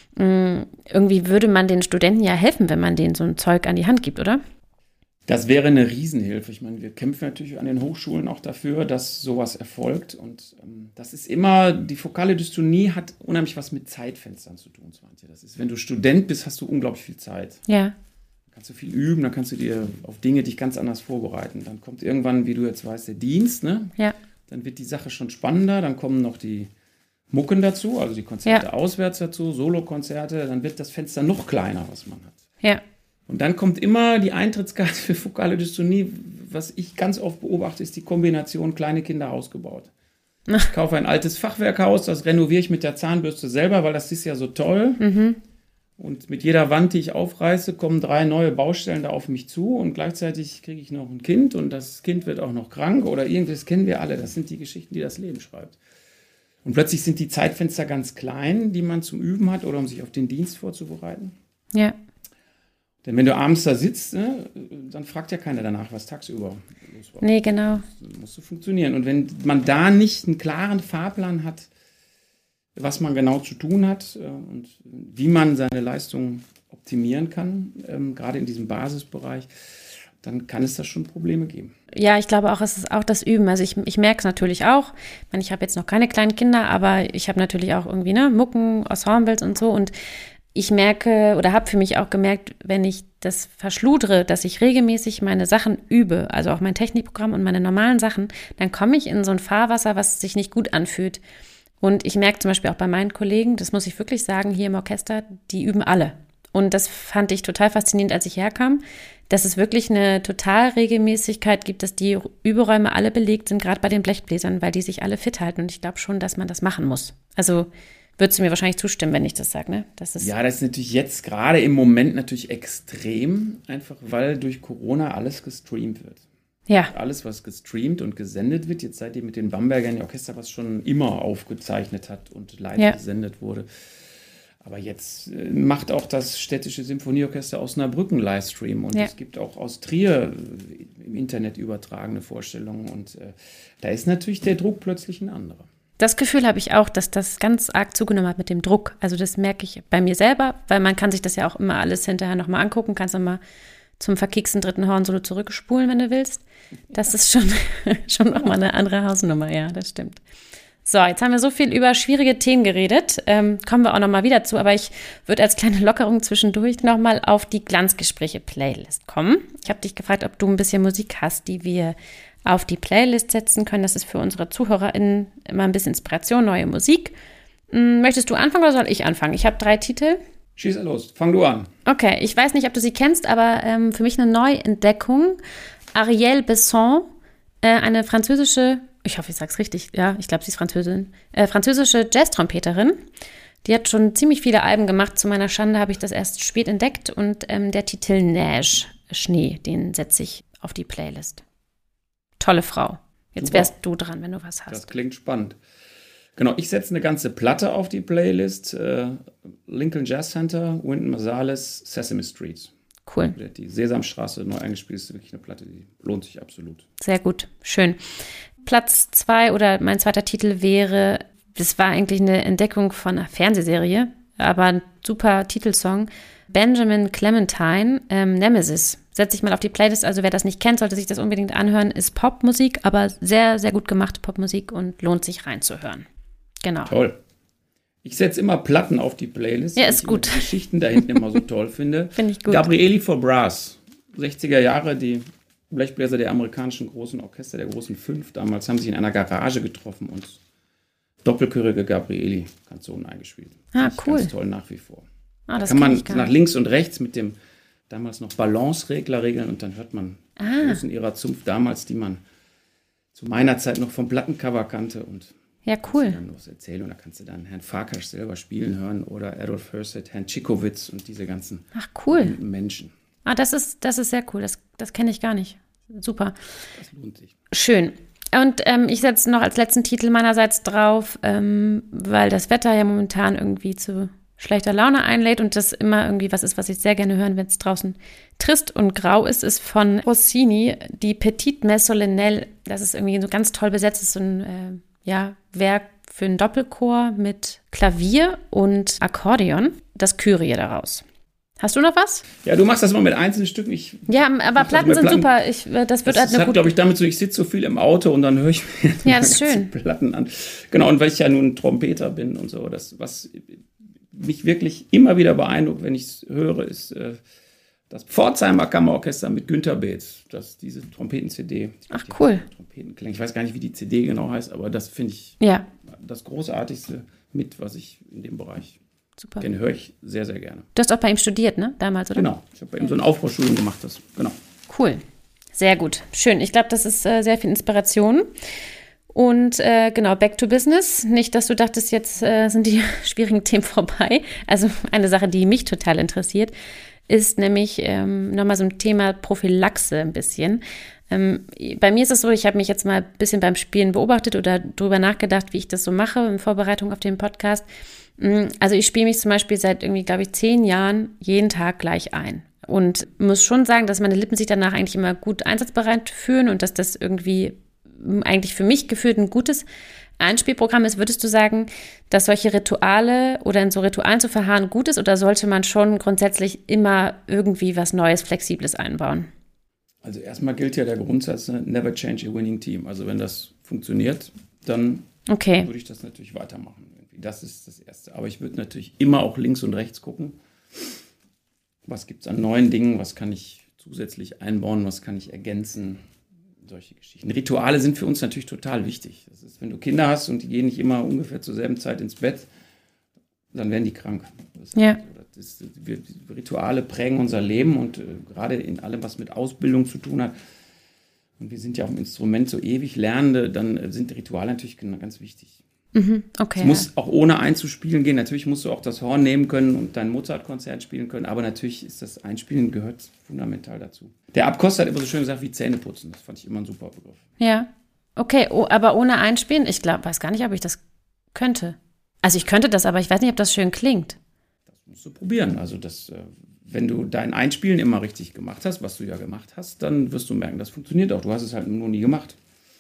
Irgendwie würde man den Studenten ja helfen, wenn man denen so ein Zeug an die Hand gibt, oder? das wäre eine Riesenhilfe. Ich meine, wir kämpfen natürlich an den Hochschulen auch dafür, dass sowas erfolgt. Und ähm, das ist immer, die fokale Dystonie hat unheimlich was mit Zeitfenstern zu tun, Swantje. Das ist, wenn du Student bist, hast du unglaublich viel Zeit. Ja. Dann kannst du viel üben, dann kannst du dir auf Dinge dich ganz anders vorbereiten. Dann kommt irgendwann, wie du jetzt weißt, der Dienst, ne? Ja. Dann wird die Sache schon spannender, dann kommen noch die Mucken dazu, also die Konzerte Ja. auswärts dazu, Solokonzerte, dann wird das Fenster noch kleiner, was man hat. Ja. Und dann kommt immer die Eintrittskarte für fokale Dystonie. Was ich ganz oft beobachte, ist die Kombination kleine Kinder ausgebaut. Ich kaufe ein altes Fachwerkhaus, das renoviere ich mit der Zahnbürste selber, weil das ist ja so toll. Mhm. Und mit jeder Wand, die ich aufreiße, kommen drei neue Baustellen da auf mich zu. Und gleichzeitig kriege ich noch ein Kind und das Kind wird auch noch krank oder irgendwas, kennen wir alle. Das sind die Geschichten, die das Leben schreibt. Und plötzlich sind die Zeitfenster ganz klein, die man zum Üben hat oder um sich auf den Dienst vorzubereiten. Ja. Denn wenn du abends da sitzt, ne, dann fragt ja keiner danach, was tagsüber los war. Nee, genau. Das muss so funktionieren. Und wenn man da nicht einen klaren Fahrplan hat, was man genau zu tun hat äh, und wie man seine Leistung optimieren kann, ähm, gerade in diesem Basisbereich, dann kann es da schon Probleme geben. Ja, ich glaube auch, es ist auch das Üben. Also ich, ich merke es natürlich auch. Ich meine, ich habe jetzt noch keine kleinen Kinder, aber ich habe natürlich auch irgendwie ne, Mucken, Ensembles und so. Und ich merke oder habe für mich auch gemerkt, wenn ich das verschludere, dass ich regelmäßig meine Sachen übe, also auch mein Technikprogramm und meine normalen Sachen, dann komme ich in so ein Fahrwasser, was sich nicht gut anfühlt. Und ich merke zum Beispiel auch bei meinen Kollegen, das muss ich wirklich sagen, hier im Orchester, die üben alle. Und das fand ich total faszinierend, als ich herkam, dass es wirklich eine total Regelmäßigkeit gibt, dass die Überräume alle belegt sind, gerade bei den Blechbläsern, weil die sich alle fit halten. Und ich glaube schon, dass man das machen muss. Also würdest du mir wahrscheinlich zustimmen, wenn ich das sage, ne? Das ist ja, das ist natürlich jetzt gerade im Moment natürlich extrem, einfach weil durch Corona alles gestreamt wird. Ja. Alles, was gestreamt und gesendet wird, jetzt seid ihr mit den Bambergern, ihr Orchester, was schon immer aufgezeichnet hat und live ja. gesendet wurde. Aber jetzt äh, macht auch das Städtische Symphonieorchester Osnabrück einen Livestream und ja. es gibt auch aus Trier äh, im Internet übertragene Vorstellungen und äh, da ist natürlich der Druck plötzlich ein anderer. Das Gefühl habe ich auch, dass das ganz arg zugenommen hat mit dem Druck. Also das merke ich bei mir selber, weil man kann sich das ja auch immer alles hinterher nochmal angucken, kannst nochmal zum verkicksten dritten Horn-Solo zurückspulen, wenn du willst. Das ist schon, schon nochmal eine andere Hausnummer, ja, das stimmt. So, jetzt haben wir so viel über schwierige Themen geredet, ähm, kommen wir auch nochmal wieder zu, aber ich würde als kleine Lockerung zwischendurch nochmal auf die Glanzgespräche-Playlist kommen. Ich habe dich gefragt, ob du ein bisschen Musik hast, die wir auf die Playlist setzen können. Das ist für unsere ZuhörerInnen immer ein bisschen Inspiration, neue Musik. Möchtest du anfangen oder soll ich anfangen? Ich habe drei Titel. Schieß los, fang du an. Okay, ich weiß nicht, ob du sie kennst, aber ähm, für mich eine Neuentdeckung. Arielle Besson, äh, eine französische, ich hoffe, ich sage es richtig, ja, ich glaube, sie ist Französin, äh, französische Jazztrompeterin. Die hat schon ziemlich viele Alben gemacht. Zu meiner Schande habe ich das erst spät entdeckt. Und ähm, der Titel Neige, Schnee, den setze ich auf die Playlist. Tolle Frau. Jetzt Super. Wärst du dran, wenn du was hast. Das klingt spannend. Genau, ich setze eine ganze Platte auf die Playlist. Äh, Lincoln Jazz Center, Wynton Marsalis, Sesame Street. Cool. Die Sesamstraße neu eingespielt ist wirklich eine Platte, die lohnt sich absolut. Sehr gut, schön. Platz zwei oder mein zweiter Titel wäre, das war eigentlich eine Entdeckung von einer Fernsehserie, aber ein super Titelsong. Benjamin Clementine, ähm, Nemesis. Setze ich mal auf die Playlist, also wer das nicht kennt, sollte sich das unbedingt anhören. Ist Popmusik, aber sehr, sehr gut gemachte Popmusik und lohnt sich reinzuhören. Genau. Toll. Ich setze immer Platten auf die Playlist. Ja, ist gut. Ich die Geschichten da hinten immer so toll finde. Finde ich gut. Gabrieli for Brass, sechziger Jahre, die Blechbläser der amerikanischen großen Orchester, der großen Fünf damals, haben sich in einer Garage getroffen und doppelchörige Gabrieli-Kanzonen eingespielt. Ah, cool. Ganz toll nach wie vor. Ah, das da kann man ich gar nach nicht. links und rechts mit dem damals noch Balanceregler regeln und dann hört man ah. Größen ihrer Zunft damals, die man zu meiner Zeit noch vom Plattencover kannte und ja, cool. dann noch erzählen und da kannst du dann Herrn Farkas selber spielen hören oder Adolf Hörseth, Herrn Tschikowitz und diese ganzen Ach, cool. Menschen. Ah, das ist, das ist sehr cool. Das, das kenne ich gar nicht. Super. Das lohnt sich. Schön. Und ähm, ich setze noch als letzten Titel meinerseits drauf, ähm, weil das Wetter ja momentan irgendwie zu schlechter Laune einlädt und das immer irgendwie was ist, was ich sehr gerne hören, wenn es draußen trist und grau ist, ist von Rossini, die Petite Messe Solennelle. Das ist irgendwie so ganz toll besetzt. Das ist so ein äh, ja, Werk für einen Doppelchor mit Klavier und Akkordeon. Das Kyrie daraus. Hast du noch was? Ja, du machst das immer mit einzelnen Stücken. Ich ja, aber Platten sind Platten. Super. Ich, das wird das, halt das hat, glaube ich, damit so, ich sitze so viel im Auto und dann höre ich mir ja, das ist schön. Platten an. Genau, und weil ich ja nun Trompeter bin und so, das, was mich wirklich immer wieder beeindruckt, wenn ich es höre, ist äh, das Pforzheimer Kammerorchester mit Günter Beetz. Das, diese Trompeten-C D. Ach, cool. Trompetenklänge. Ich weiß gar nicht, wie die C D genau heißt, aber das finde ich ja. das Großartigste mit, was ich in dem Bereich super. Den höre ich sehr, sehr gerne. Du hast auch bei ihm studiert, ne? Damals, oder? Genau, ich habe bei ihm so ein Aufbaustudium gemacht. Das, genau. Cool, sehr gut, schön. Ich glaube, das ist äh, sehr viel Inspiration. Und äh, genau, back to business. Nicht, dass du dachtest, jetzt äh, sind die schwierigen Themen vorbei. Also eine Sache, die mich total interessiert, ist nämlich ähm, nochmal so ein Thema Prophylaxe ein bisschen. Ähm, bei mir ist es so, ich habe mich jetzt mal ein bisschen beim Spielen beobachtet oder drüber nachgedacht, wie ich das so mache in Vorbereitung auf den Podcast. Also ich spiele mich zum Beispiel seit irgendwie, glaube ich, zehn Jahren jeden Tag gleich ein. Und muss schon sagen, dass meine Lippen sich danach eigentlich immer gut einsatzbereit fühlen und dass das irgendwie eigentlich für mich gefühlt ein gutes Einspielprogramm ist. Würdest du sagen, dass solche Rituale oder in so Ritualen zu verharren gut ist oder sollte man schon grundsätzlich immer irgendwie was Neues, Flexibles einbauen? Also erstmal gilt ja der Grundsatz, never change a winning team. Also wenn das funktioniert, dann okay. würde ich das natürlich weitermachen. Das ist das Erste. Aber ich würde natürlich immer auch links und rechts gucken. Was gibt es an neuen Dingen? Was kann ich zusätzlich einbauen? Was kann ich ergänzen? Solche Geschichten. Rituale sind für uns natürlich total wichtig. Das ist, wenn du Kinder hast und die gehen nicht immer ungefähr zur selben Zeit ins Bett, dann werden die krank. Das ja. Das ist, wir, Rituale prägen unser Leben und äh, gerade in allem, was mit Ausbildung zu tun hat. Und wir sind ja auch im Instrument so ewig Lernende, dann äh, sind Rituale natürlich ganz wichtig. Mhm, okay. Es muss auch ohne einzuspielen gehen. Natürlich musst du auch das Horn nehmen können und dein Mozart-Konzert spielen können, aber natürlich ist das Einspielen gehört fundamental dazu. Der Abkost hat immer so schön gesagt wie Zähne putzen. Das fand ich immer ein super Begriff. Ja, okay, oh, aber ohne Einspielen? Ich glaube, weiß gar nicht, ob ich das könnte. Also ich könnte das, aber ich weiß nicht, ob das schön klingt. Das musst du probieren. Also das, wenn du dein Einspielen immer richtig gemacht hast, was du ja gemacht hast, dann wirst du merken, das funktioniert auch. Du hast es halt nur nie gemacht.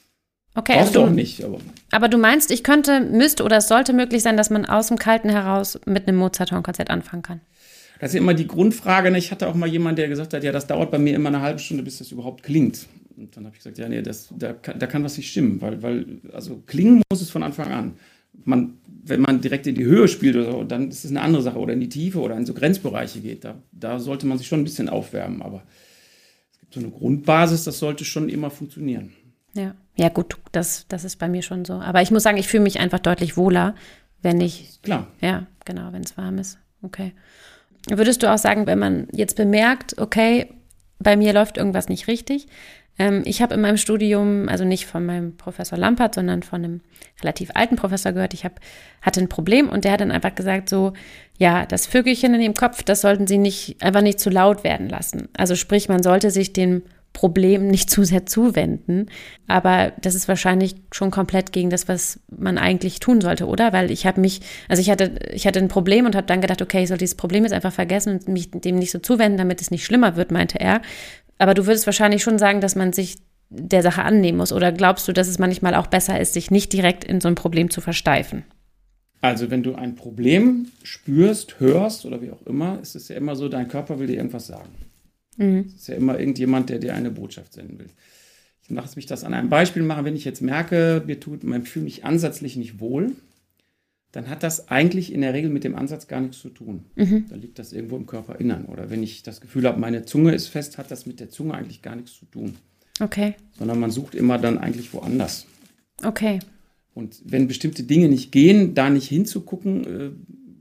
Okay, brauchst also du auch nicht. Aber. aber du meinst, ich könnte, müsste oder es sollte möglich sein, dass man aus dem Kalten heraus mit einem Mozart-Konzert anfangen kann? Das ist ja immer die Grundfrage. Ne? Ich hatte auch mal jemanden, der gesagt hat, ja, das dauert bei mir immer eine halbe Stunde, bis das überhaupt klingt. Und dann habe ich gesagt, ja, nee, das, da, kann, da kann was nicht stimmen, weil, weil also klingen muss es von Anfang an. Man, wenn man direkt in die Höhe spielt oder so, dann ist es eine andere Sache. Oder in die Tiefe oder in so Grenzbereiche geht. Da, da sollte man sich schon ein bisschen aufwärmen. Aber es gibt so eine Grundbasis, das sollte schon immer funktionieren. Ja, ja gut, das, das ist bei mir schon so. Aber ich muss sagen, ich fühle mich einfach deutlich wohler, wenn ich, klar. Ja, genau, wenn es warm ist. Okay. Würdest du auch sagen, wenn man jetzt bemerkt, okay, bei mir läuft irgendwas nicht richtig. Ähm, ich habe in meinem Studium, also nicht von meinem Professor Lampert, sondern von einem relativ alten Professor gehört, ich hab, hatte ein Problem und der hat dann einfach gesagt so, ja, das Vögelchen in dem Kopf, das sollten Sie nicht, einfach nicht zu laut werden lassen. Also sprich, man sollte sich dem Problem nicht zu sehr zuwenden, aber das ist wahrscheinlich schon komplett gegen das, was man eigentlich tun sollte, oder? Weil ich habe mich, also ich hatte, ich hatte ein Problem und habe dann gedacht, okay, ich soll dieses Problem jetzt einfach vergessen und mich dem nicht so zuwenden, damit es nicht schlimmer wird, meinte er. Aber du würdest wahrscheinlich schon sagen, dass man sich der Sache annehmen muss, oder glaubst du, dass es manchmal auch besser ist, sich nicht direkt in so ein Problem zu versteifen? Also wenn du ein Problem spürst, hörst oder wie auch immer, ist es ja immer so, dein Körper will dir irgendwas sagen. Mhm. Es ist ja immer irgendjemand, der dir eine Botschaft senden will. Ich mache mich das an einem Beispiel machen. Wenn ich jetzt merke, mir tut, ich fühle mich ansatzlich nicht wohl, dann hat das eigentlich in der Regel mit dem Ansatz gar nichts zu tun. Mhm. Dann liegt das irgendwo im Körperinnern. Oder wenn ich das Gefühl habe, meine Zunge ist fest, hat das mit der Zunge eigentlich gar nichts zu tun. Okay. Sondern man sucht immer dann eigentlich woanders. Okay. Und wenn bestimmte Dinge nicht gehen, da nicht hinzugucken,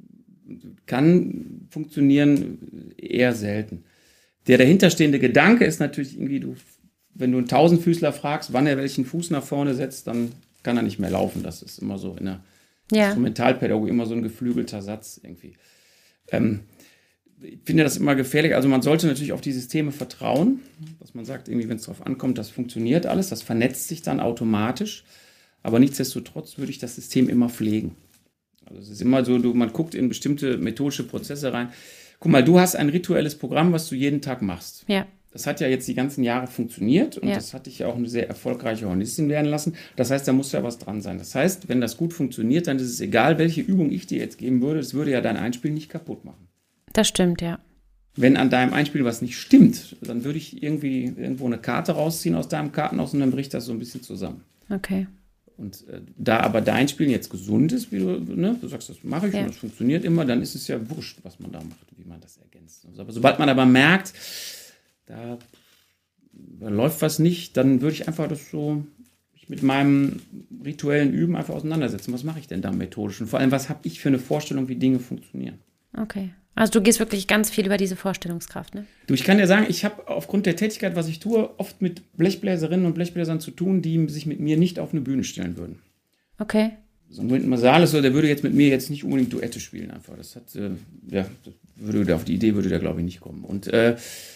kann funktionieren eher selten. Der dahinterstehende Gedanke ist natürlich irgendwie, du, wenn du einen Tausendfüßler fragst, wann er welchen Fuß nach vorne setzt, dann kann er nicht mehr laufen. Das ist immer so in der ja. Instrumentalpädagogik immer so ein geflügelter Satz irgendwie. Ähm, ich finde das immer gefährlich. Also man sollte natürlich auf die Systeme vertrauen, dass man sagt, irgendwie, wenn es darauf ankommt, das funktioniert alles, das vernetzt sich dann automatisch. Aber nichtsdestotrotz würde ich das System immer pflegen. Also es ist immer so, du, man guckt in bestimmte methodische Prozesse rein. Guck mal, du hast ein rituelles Programm, was du jeden Tag machst. Ja. Das hat ja jetzt die ganzen Jahre funktioniert und ja. das hat dich ja auch eine sehr erfolgreiche Hornistin werden lassen. Das heißt, da muss ja was dran sein. Das heißt, wenn das gut funktioniert, dann ist es egal, welche Übung ich dir jetzt geben würde, es würde ja dein Einspiel nicht kaputt machen. Das stimmt, ja. Wenn an deinem Einspiel was nicht stimmt, dann würde ich irgendwie irgendwo eine Karte rausziehen aus deinem Kartenhaus und dann bricht das so ein bisschen zusammen. Okay. Und äh, da aber dein Spielen jetzt gesund ist, wie du, ne, du sagst, das mache ich ja. und das funktioniert immer, dann ist es ja wurscht, was man da macht, wie man das ergänzt. Also, aber sobald man aber merkt, da, da läuft was nicht, dann würde ich einfach das so mich mit meinem rituellen Üben einfach auseinandersetzen. Was mache ich denn da methodisch? Und vor allem, was habe ich für eine Vorstellung, wie Dinge funktionieren? Okay. Also du gehst wirklich ganz viel über diese Vorstellungskraft, ne? Du, ich kann dir sagen, ich habe aufgrund der Tätigkeit, was ich tue, oft mit Blechbläserinnen und Blechbläsern zu tun, die sich mit mir nicht auf eine Bühne stellen würden. Okay. So ein Wynton Marsalis, der würde jetzt mit mir jetzt nicht unbedingt Duette spielen einfach. Das hat, äh, ja, würde, auf die Idee würde der, glaube ich, nicht kommen. Und, äh,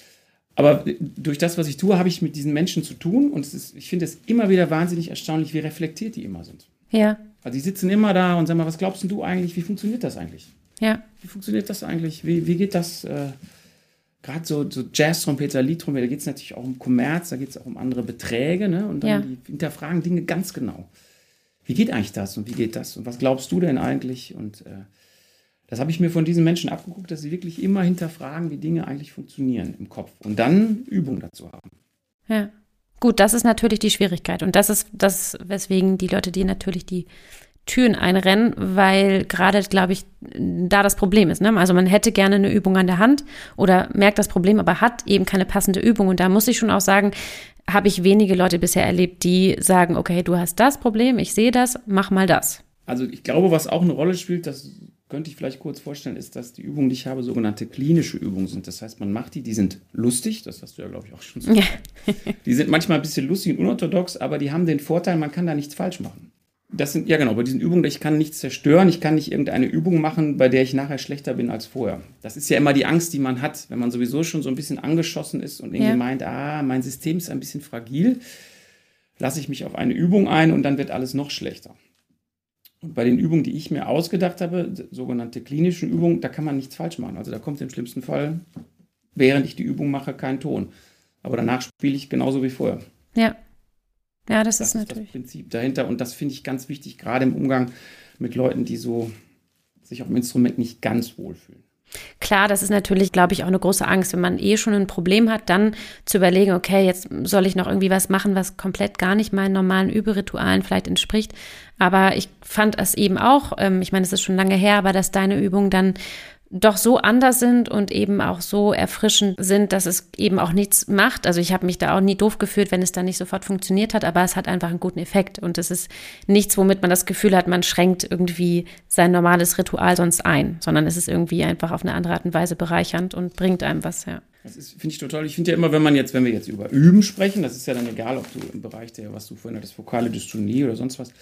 aber durch das, was ich tue, habe ich mit diesen Menschen zu tun und es ist, ich finde es immer wieder wahnsinnig erstaunlich, wie reflektiert die immer sind. Ja. Also die sitzen immer da und sagen mal, was glaubst denn du eigentlich, wie funktioniert das eigentlich? Ja. Wie funktioniert das eigentlich? Wie, wie geht das? Äh, Gerade so, so Jazz-Trompeter, Lied-Trompeter, da geht es natürlich auch um Kommerz, da geht es auch um andere Beträge, ne? Und dann Ja. die hinterfragen Dinge ganz genau. Wie geht eigentlich das und wie geht das und was glaubst du denn eigentlich? Und äh, das habe ich mir von diesen Menschen abgeguckt, dass sie wirklich immer hinterfragen, wie Dinge eigentlich funktionieren im Kopf und dann Übung dazu haben. Ja. Gut, das ist natürlich die Schwierigkeit und das ist das, weswegen die Leute dir natürlich die Türen einrennen, weil gerade, glaube ich, da das Problem ist. Ne? Also man hätte gerne eine Übung an der Hand oder merkt das Problem, aber hat eben keine passende Übung. Und da muss ich schon auch sagen, habe ich wenige Leute bisher erlebt, die sagen, okay, du hast das Problem, ich sehe das, mach mal das. Also ich glaube, was auch eine Rolle spielt, das könnte ich vielleicht kurz vorstellen, ist, dass die Übungen, die ich habe, sogenannte klinische Übungen sind. Das heißt, man macht die, die sind lustig, das hast du ja, glaube ich, auch schon so. Ja. Die sind manchmal ein bisschen lustig und unorthodox, aber die haben den Vorteil, man kann da nichts falsch machen. Das sind, ja genau, bei diesen Übungen, ich kann nichts zerstören, ich kann nicht irgendeine Übung machen, bei der ich nachher schlechter bin als vorher. Das ist ja immer die Angst, die man hat, wenn man sowieso schon so ein bisschen angeschossen ist und irgendwie Ja. meint, ah, mein System ist ein bisschen fragil, lasse ich mich auf eine Übung ein und dann wird alles noch schlechter. Und bei den Übungen, die ich mir ausgedacht habe, sogenannte klinischen Übungen, da kann man nichts falsch machen. Also da kommt im schlimmsten Fall, während ich die Übung mache, kein Ton. Aber danach spiele ich genauso wie vorher. Ja. Ja, das, Das ist ist natürlich. das Prinzip dahinter und das finde ich ganz wichtig, gerade im Umgang mit Leuten, die so sich auf dem Instrument nicht ganz wohlfühlen. Klar, das ist natürlich, glaube ich, auch eine große Angst, wenn man eh schon ein Problem hat, dann zu überlegen, okay, jetzt soll ich noch irgendwie was machen, was komplett gar nicht meinen normalen Überitualen vielleicht entspricht. Aber ich fand es eben auch, ähm, ich meine, es ist schon lange her, aber dass deine Übungen dann doch so anders sind und eben auch so erfrischend sind, dass es eben auch nichts macht. Also ich habe mich da auch nie doof gefühlt, wenn es dann nicht sofort funktioniert hat, aber es hat einfach einen guten Effekt und es ist nichts, womit man das Gefühl hat, man schränkt irgendwie sein normales Ritual sonst ein, sondern es ist irgendwie einfach auf eine andere Art und Weise bereichernd und bringt einem was, ja. Das ist, finde ich total, ich finde ja immer, wenn man jetzt, wenn wir jetzt über Üben sprechen, das ist ja dann egal, ob du im Bereich der, was du vorhin hattest, vokale Dystonie oder sonst was,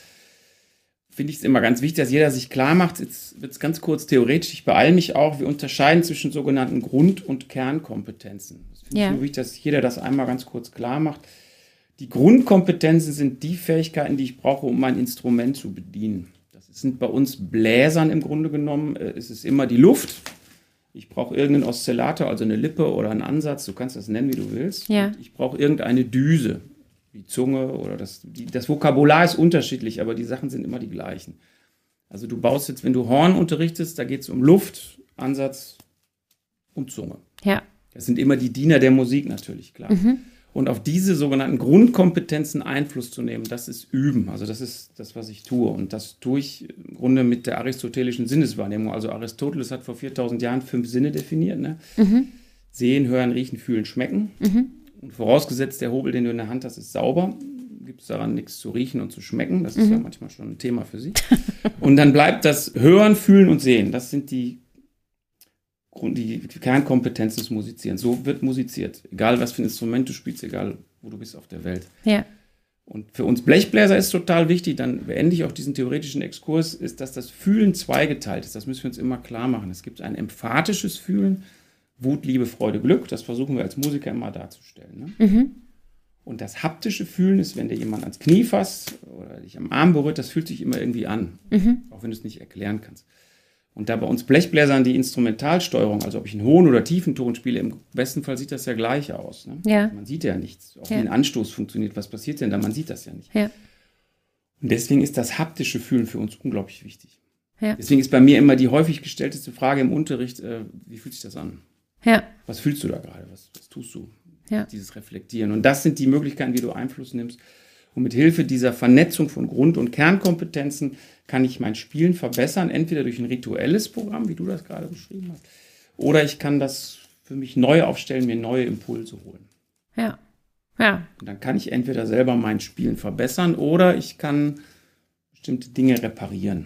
finde ich es immer ganz wichtig, dass jeder sich klar macht, jetzt wird es ganz kurz theoretisch, ich beeile mich auch, wir unterscheiden zwischen sogenannten Grund- und Kernkompetenzen. Das finde Ja. ich nur wichtig, dass jeder das einmal ganz kurz klar macht. Die Grundkompetenzen sind die Fähigkeiten, die ich brauche, um mein Instrument zu bedienen. Das sind bei uns Bläsern im Grunde genommen. Es ist immer die Luft. Ich brauche irgendeinen Oszillator, also eine Lippe oder einen Ansatz, du kannst das nennen, wie du willst. Ja. Und ich brauche irgendeine Düse. Die Zunge oder das, die, das Vokabular ist unterschiedlich, aber die Sachen sind immer die gleichen. Also du baust jetzt, wenn du Horn unterrichtest, da geht es um Luft, Ansatz und Zunge. Ja. Das sind immer die Diener der Musik natürlich, klar. Mhm. Und auf diese sogenannten Grundkompetenzen Einfluss zu nehmen, das ist Üben. Also das ist das, was ich tue. Und das tue ich im Grunde mit der aristotelischen Sinneswahrnehmung. Also Aristoteles hat vor viertausend Jahren fünf Sinne definiert. Ne? Mhm. Sehen, hören, riechen, fühlen, schmecken. Mhm. Und vorausgesetzt, der Hobel, den du in der Hand hast, ist sauber, gibt es daran nichts zu riechen und zu schmecken. Das ist Mhm. ja manchmal schon ein Thema für sie. Und dann bleibt das Hören, Fühlen und Sehen. Das sind die, Grund- die, die Kernkompetenzen des Musizierens. So wird musiziert. Egal, was für ein Instrument du spielst, egal, wo du bist auf der Welt. Ja. Und für uns Blechbläser ist total wichtig, dann beende ich auch diesen theoretischen Exkurs, ist, dass das Fühlen zweigeteilt ist. Das müssen wir uns immer klar machen. Es gibt ein emphatisches Fühlen, Wut, Liebe, Freude, Glück, das versuchen wir als Musiker immer darzustellen. Ne? Mhm. Und das haptische Fühlen ist, wenn dir jemand ans Knie fasst oder dich am Arm berührt, das fühlt sich immer irgendwie an, Mhm. auch wenn du es nicht erklären kannst. Und da bei uns Blechbläsern die Instrumentalsteuerung, also ob ich einen hohen oder tiefen Ton spiele, im besten Fall sieht das ja gleich aus. Ne? Ja. Man sieht ja nichts, auch Ja. wie ein Anstoß funktioniert, was passiert denn da, man sieht das ja nicht. Ja. Und deswegen ist das haptische Fühlen für uns unglaublich wichtig. Ja. Deswegen ist bei mir immer die häufig gestellteste Frage im Unterricht, äh, wie fühlt sich das an? Ja. Was fühlst du da gerade? Was, was tust du? Ja. Dieses Reflektieren. Und das sind die Möglichkeiten, wie du Einfluss nimmst. Und mit Hilfe dieser Vernetzung von Grund- und Kernkompetenzen kann ich mein Spielen verbessern, entweder durch ein rituelles Programm, wie du das gerade beschrieben hast, oder ich kann das für mich neu aufstellen, mir neue Impulse holen. Ja. Ja. Und dann kann ich entweder selber mein Spielen verbessern oder ich kann bestimmte Dinge reparieren.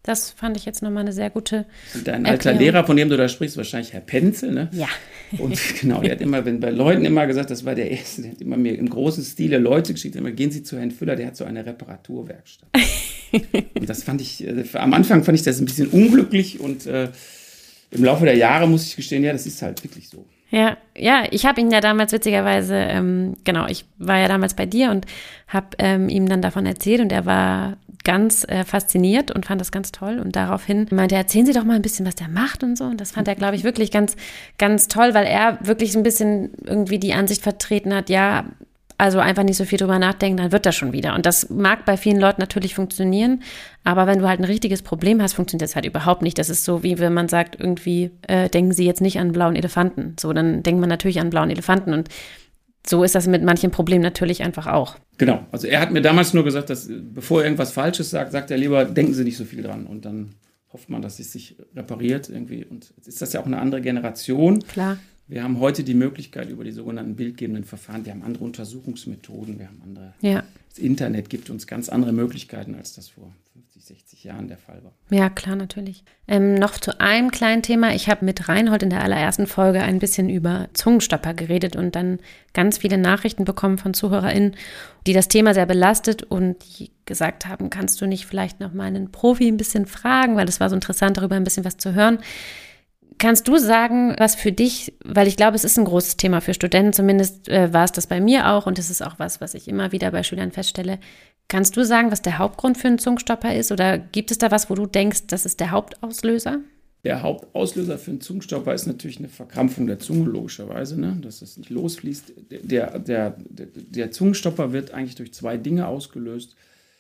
Das fand ich jetzt nochmal eine sehr gute Dein alter Lehrer, von dem du da sprichst, wahrscheinlich Herr Penzel, ne? Ja. Und genau, der hat immer, wenn bei Leuten immer gesagt, das war der Erste, der hat immer mir im großen Stile Leute geschickt, immer, gehen Sie zu Herrn Füller, der hat so eine Reparaturwerkstatt. Und das fand ich, äh, am Anfang fand ich das ein bisschen unglücklich und äh, im Laufe der Jahre muss ich gestehen, ja, das ist halt wirklich so. Ja, ja, ich habe ihn ja damals witzigerweise, ähm, genau, ich war ja damals bei dir und habe ähm, ihm dann davon erzählt und er war ganz äh, fasziniert und fand das ganz toll und daraufhin meinte er, erzählen Sie doch mal ein bisschen, was der macht und so und das fand er, glaube ich, wirklich ganz, ganz toll, weil er wirklich ein bisschen irgendwie die Ansicht vertreten hat, ja, also einfach nicht so viel drüber nachdenken, dann wird das schon wieder. Und das mag bei vielen Leuten natürlich funktionieren, aber wenn du halt ein richtiges Problem hast, funktioniert das halt überhaupt nicht. Das ist so, wie wenn man sagt, irgendwie äh, denken Sie jetzt nicht an blauen Elefanten. So, dann denkt man natürlich an blauen Elefanten und so ist das mit manchen Problemen natürlich einfach auch. Genau, also er hat mir damals nur gesagt, dass bevor er irgendwas Falsches sagt, sagt er lieber, denken Sie nicht so viel dran und dann hofft man, dass es sich repariert irgendwie. Und jetzt ist das ja auch eine andere Generation. Klar. Wir haben heute die Möglichkeit über die sogenannten bildgebenden Verfahren, wir haben andere Untersuchungsmethoden, wir haben andere, ja. Das Internet gibt uns ganz andere Möglichkeiten, als das vor fünfzig, sechzig Jahren der Fall war. Ja, klar, natürlich. Ähm, noch zu einem kleinen Thema. Ich habe mit Reinhold in der allerersten Folge ein bisschen über Zungenstopper geredet und dann ganz viele Nachrichten bekommen von ZuhörerInnen, die das Thema sehr belastet und die gesagt haben, kannst du nicht vielleicht noch mal einen Profi ein bisschen fragen, weil es war so interessant, darüber ein bisschen was zu hören. Kannst du sagen, was für dich, weil ich glaube, es ist ein großes Thema für Studenten, zumindest äh, war es das bei mir auch und es ist auch was, was ich immer wieder bei Schülern feststelle. Kannst du sagen, was der Hauptgrund für einen Zungenstopper ist oder gibt es da was, wo du denkst, das ist der Hauptauslöser? Der Hauptauslöser für einen Zungenstopper ist natürlich eine Verkrampfung der Zunge, logischerweise, ne? Dass es nicht losfließt. Der, der, der, der Zungenstopper wird eigentlich durch zwei Dinge ausgelöst.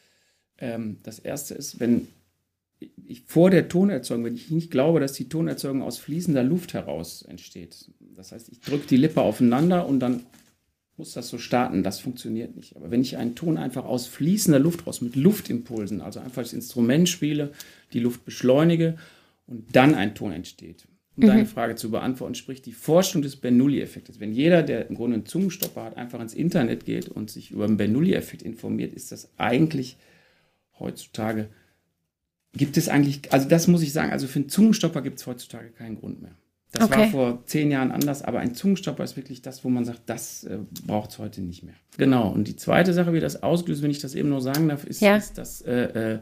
Ähm, das erste ist, wenn ich vor der Tonerzeugung, wenn ich nicht glaube, dass die Tonerzeugung aus fließender Luft heraus entsteht. Das heißt, ich drücke die Lippe aufeinander und dann muss das so starten. Das funktioniert nicht. Aber wenn ich einen Ton einfach aus fließender Luft raus, mit Luftimpulsen, also einfach das Instrument spiele, die Luft beschleunige und dann ein Ton entsteht. Um mhm. deine Frage zu beantworten, sprich die Forschung des Bernoulli-Effektes. Wenn jeder, der im Grunde einen Zungenstopper hat, einfach ins Internet geht und sich über den Bernoulli-Effekt informiert, ist das eigentlich heutzutage Gibt es eigentlich, also das muss ich sagen, also für einen Zungenstopper gibt es heutzutage keinen Grund mehr. Das okay. war vor zehn Jahren anders, aber ein Zungenstopper ist wirklich das, wo man sagt, das äh, braucht es heute nicht mehr. Genau, und die zweite Sache, wie das ausgelöst, wenn ich das eben noch sagen darf, ist, ja. ist dass äh, äh,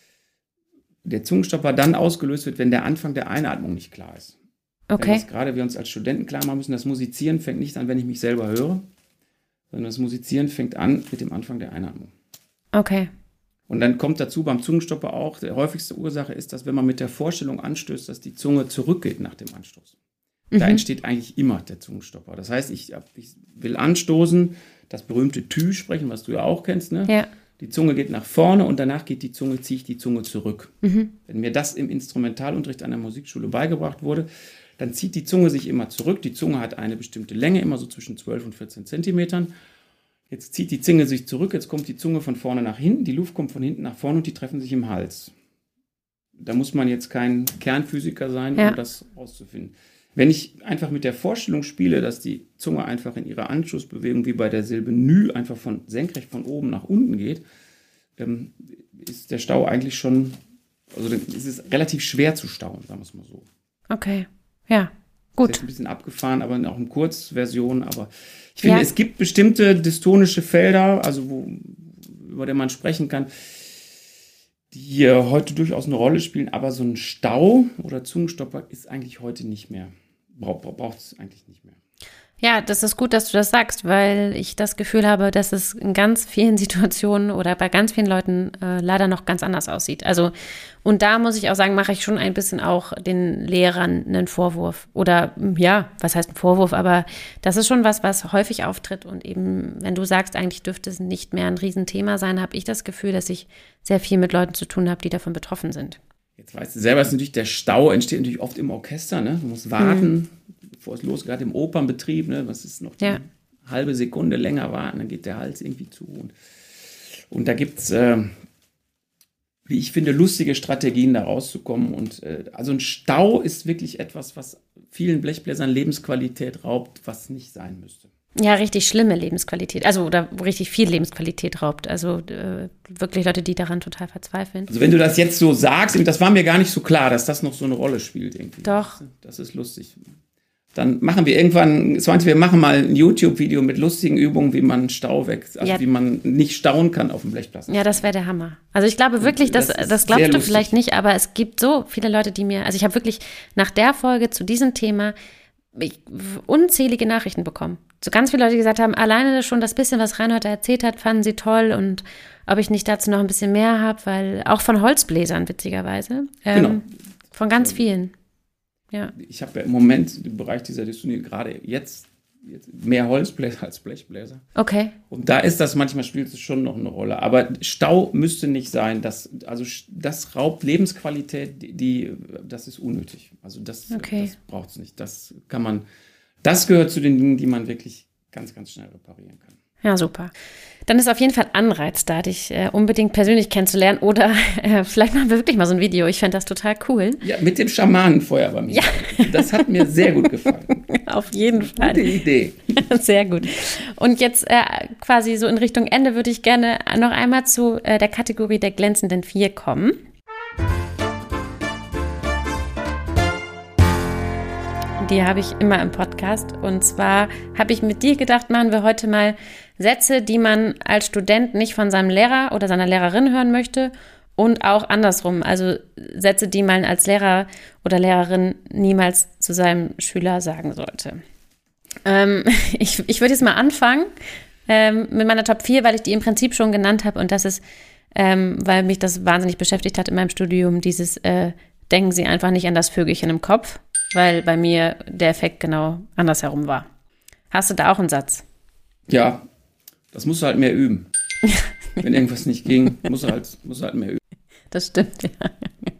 der Zungenstopper dann ausgelöst wird, wenn der Anfang der Einatmung nicht klar ist. Okay. Wenn das gerade wir uns als Studenten klar machen müssen, das Musizieren fängt nicht an, wenn ich mich selber höre, sondern das Musizieren fängt an mit dem Anfang der Einatmung. Okay. Und dann kommt dazu beim Zungenstopper auch, die häufigste Ursache ist, dass wenn man mit der Vorstellung anstößt, dass die Zunge zurückgeht nach dem Anstoß. Mhm. Da entsteht eigentlich immer der Zungenstopper. Das heißt, ich, ich will anstoßen, das berühmte Tü sprechen, was du ja auch kennst, ne? Ja. Die Zunge geht nach vorne und danach geht die Zunge, ziehe ich die Zunge zurück. Mhm. Wenn mir das im Instrumentalunterricht an der Musikschule beigebracht wurde, dann zieht die Zunge sich immer zurück. Die Zunge hat eine bestimmte Länge, immer so zwischen zwölf und vierzehn Zentimetern. Jetzt zieht die Zunge sich zurück, jetzt kommt die Zunge von vorne nach hinten, die Luft kommt von hinten nach vorne und die treffen sich im Hals. Da muss man jetzt kein Kernphysiker sein, ja. um das rauszufinden. Wenn ich einfach mit der Vorstellung spiele, dass die Zunge einfach in ihrer Anstoßbewegung wie bei der Silbe Nü einfach von senkrecht von oben nach unten geht, ähm, ist der Stau eigentlich schon, also dann ist es relativ schwer zu stauen, sagen wir es mal so. Okay, ja. Gut. Das ist ein bisschen abgefahren, aber auch in Kurzversion. Aber ich finde, ja. es gibt bestimmte dystonische Felder, also wo, über die man sprechen kann, die hier heute durchaus eine Rolle spielen. Aber so ein Stau oder Zungenstopper ist eigentlich heute nicht mehr. Braucht es eigentlich nicht mehr. Ja, das ist gut, dass du das sagst, weil ich das Gefühl habe, dass es in ganz vielen Situationen oder bei ganz vielen Leuten äh, leider noch ganz anders aussieht. Also, und da muss ich auch sagen, mache ich schon ein bisschen auch den Lehrern einen Vorwurf. Oder ja, was heißt ein Vorwurf, aber das ist schon was, was häufig auftritt. Und eben, wenn du sagst, eigentlich dürfte es nicht mehr ein Riesenthema sein, habe ich das Gefühl, dass ich sehr viel mit Leuten zu tun habe, die davon betroffen sind. Jetzt weißt du selber, ist natürlich der Stau entsteht natürlich oft im Orchester, ne? Du musst warten, mhm. bevor es losgeht, gerade im Opernbetrieb, ne? Was ist noch die ja. halbe Sekunde länger warten, dann geht der Hals irgendwie zu. Und, und da gibt es, äh, wie ich finde, lustige Strategien, da rauszukommen. Und äh, also ein Stau ist wirklich etwas, was vielen Blechbläsern Lebensqualität raubt, was nicht sein müsste. Ja, richtig schlimme Lebensqualität. Also, oder richtig viel Lebensqualität raubt. Also, äh, wirklich Leute, die daran total verzweifeln. Also, wenn du das jetzt so sagst, das war mir gar nicht so klar, dass das noch so eine Rolle spielt irgendwie. Doch. Das ist lustig. Dann machen wir irgendwann, wir machen mal ein YouTube-Video mit lustigen Übungen, wie man Stau weg, also ja. wie man nicht stauen kann auf dem Blechplatz. Ja, das wäre der Hammer. Also ich glaube wirklich, das, das, das glaubst du vielleicht nicht, aber es gibt so viele Leute, die mir, also ich habe wirklich nach der Folge zu diesem Thema ich, unzählige Nachrichten bekommen. So ganz viele Leute, die gesagt haben, alleine schon das bisschen, was Reinhold da erzählt hat, fanden sie toll und ob ich nicht dazu noch ein bisschen mehr habe, weil auch von Holzbläsern, witzigerweise. Ähm, genau. Von ganz vielen. Ja. Ich habe ja im Moment im Bereich dieser Dystonie gerade jetzt, jetzt mehr Holzbläser als Blechbläser. Okay. Und da ist das, manchmal spielt es schon noch eine Rolle. Aber Stau müsste nicht sein. Das, also das raubt Lebensqualität, die, die, das ist unnötig. Also das, okay. das braucht es nicht. Das kann man, das gehört zu den Dingen, die man wirklich ganz, ganz schnell reparieren kann. Ja, super. Dann ist auf jeden Fall Anreiz da, dich äh, unbedingt persönlich kennenzulernen oder äh, vielleicht machen wir wirklich mal so ein Video. Ich fände das total cool. Ja, mit dem Schamanenfeuer bei mir. Ja. Das hat mir sehr gut gefallen. Auf jeden Fall. Gute Idee. Sehr gut. Und jetzt äh, quasi so in Richtung Ende würde ich gerne noch einmal zu äh, der Kategorie der glänzenden Vier kommen. Die habe ich immer im Podcast. Und zwar habe ich mit dir gedacht, machen wir heute mal Sätze, die man als Student nicht von seinem Lehrer oder seiner Lehrerin hören möchte und auch andersrum. Also Sätze, die man als Lehrer oder Lehrerin niemals zu seinem Schüler sagen sollte. Ähm, ich, ich würde jetzt mal anfangen ähm, mit meiner Top vier, weil ich die im Prinzip schon genannt habe. Und das ist, ähm, weil mich das wahnsinnig beschäftigt hat in meinem Studium, dieses äh, denken Sie einfach nicht an das Vögelchen im Kopf, weil bei mir der Effekt genau andersherum war. Hast du da auch einen Satz? Ja, das musst du halt mehr üben. Wenn irgendwas nicht ging, musst du halt, musst du halt mehr üben. Das stimmt, ja.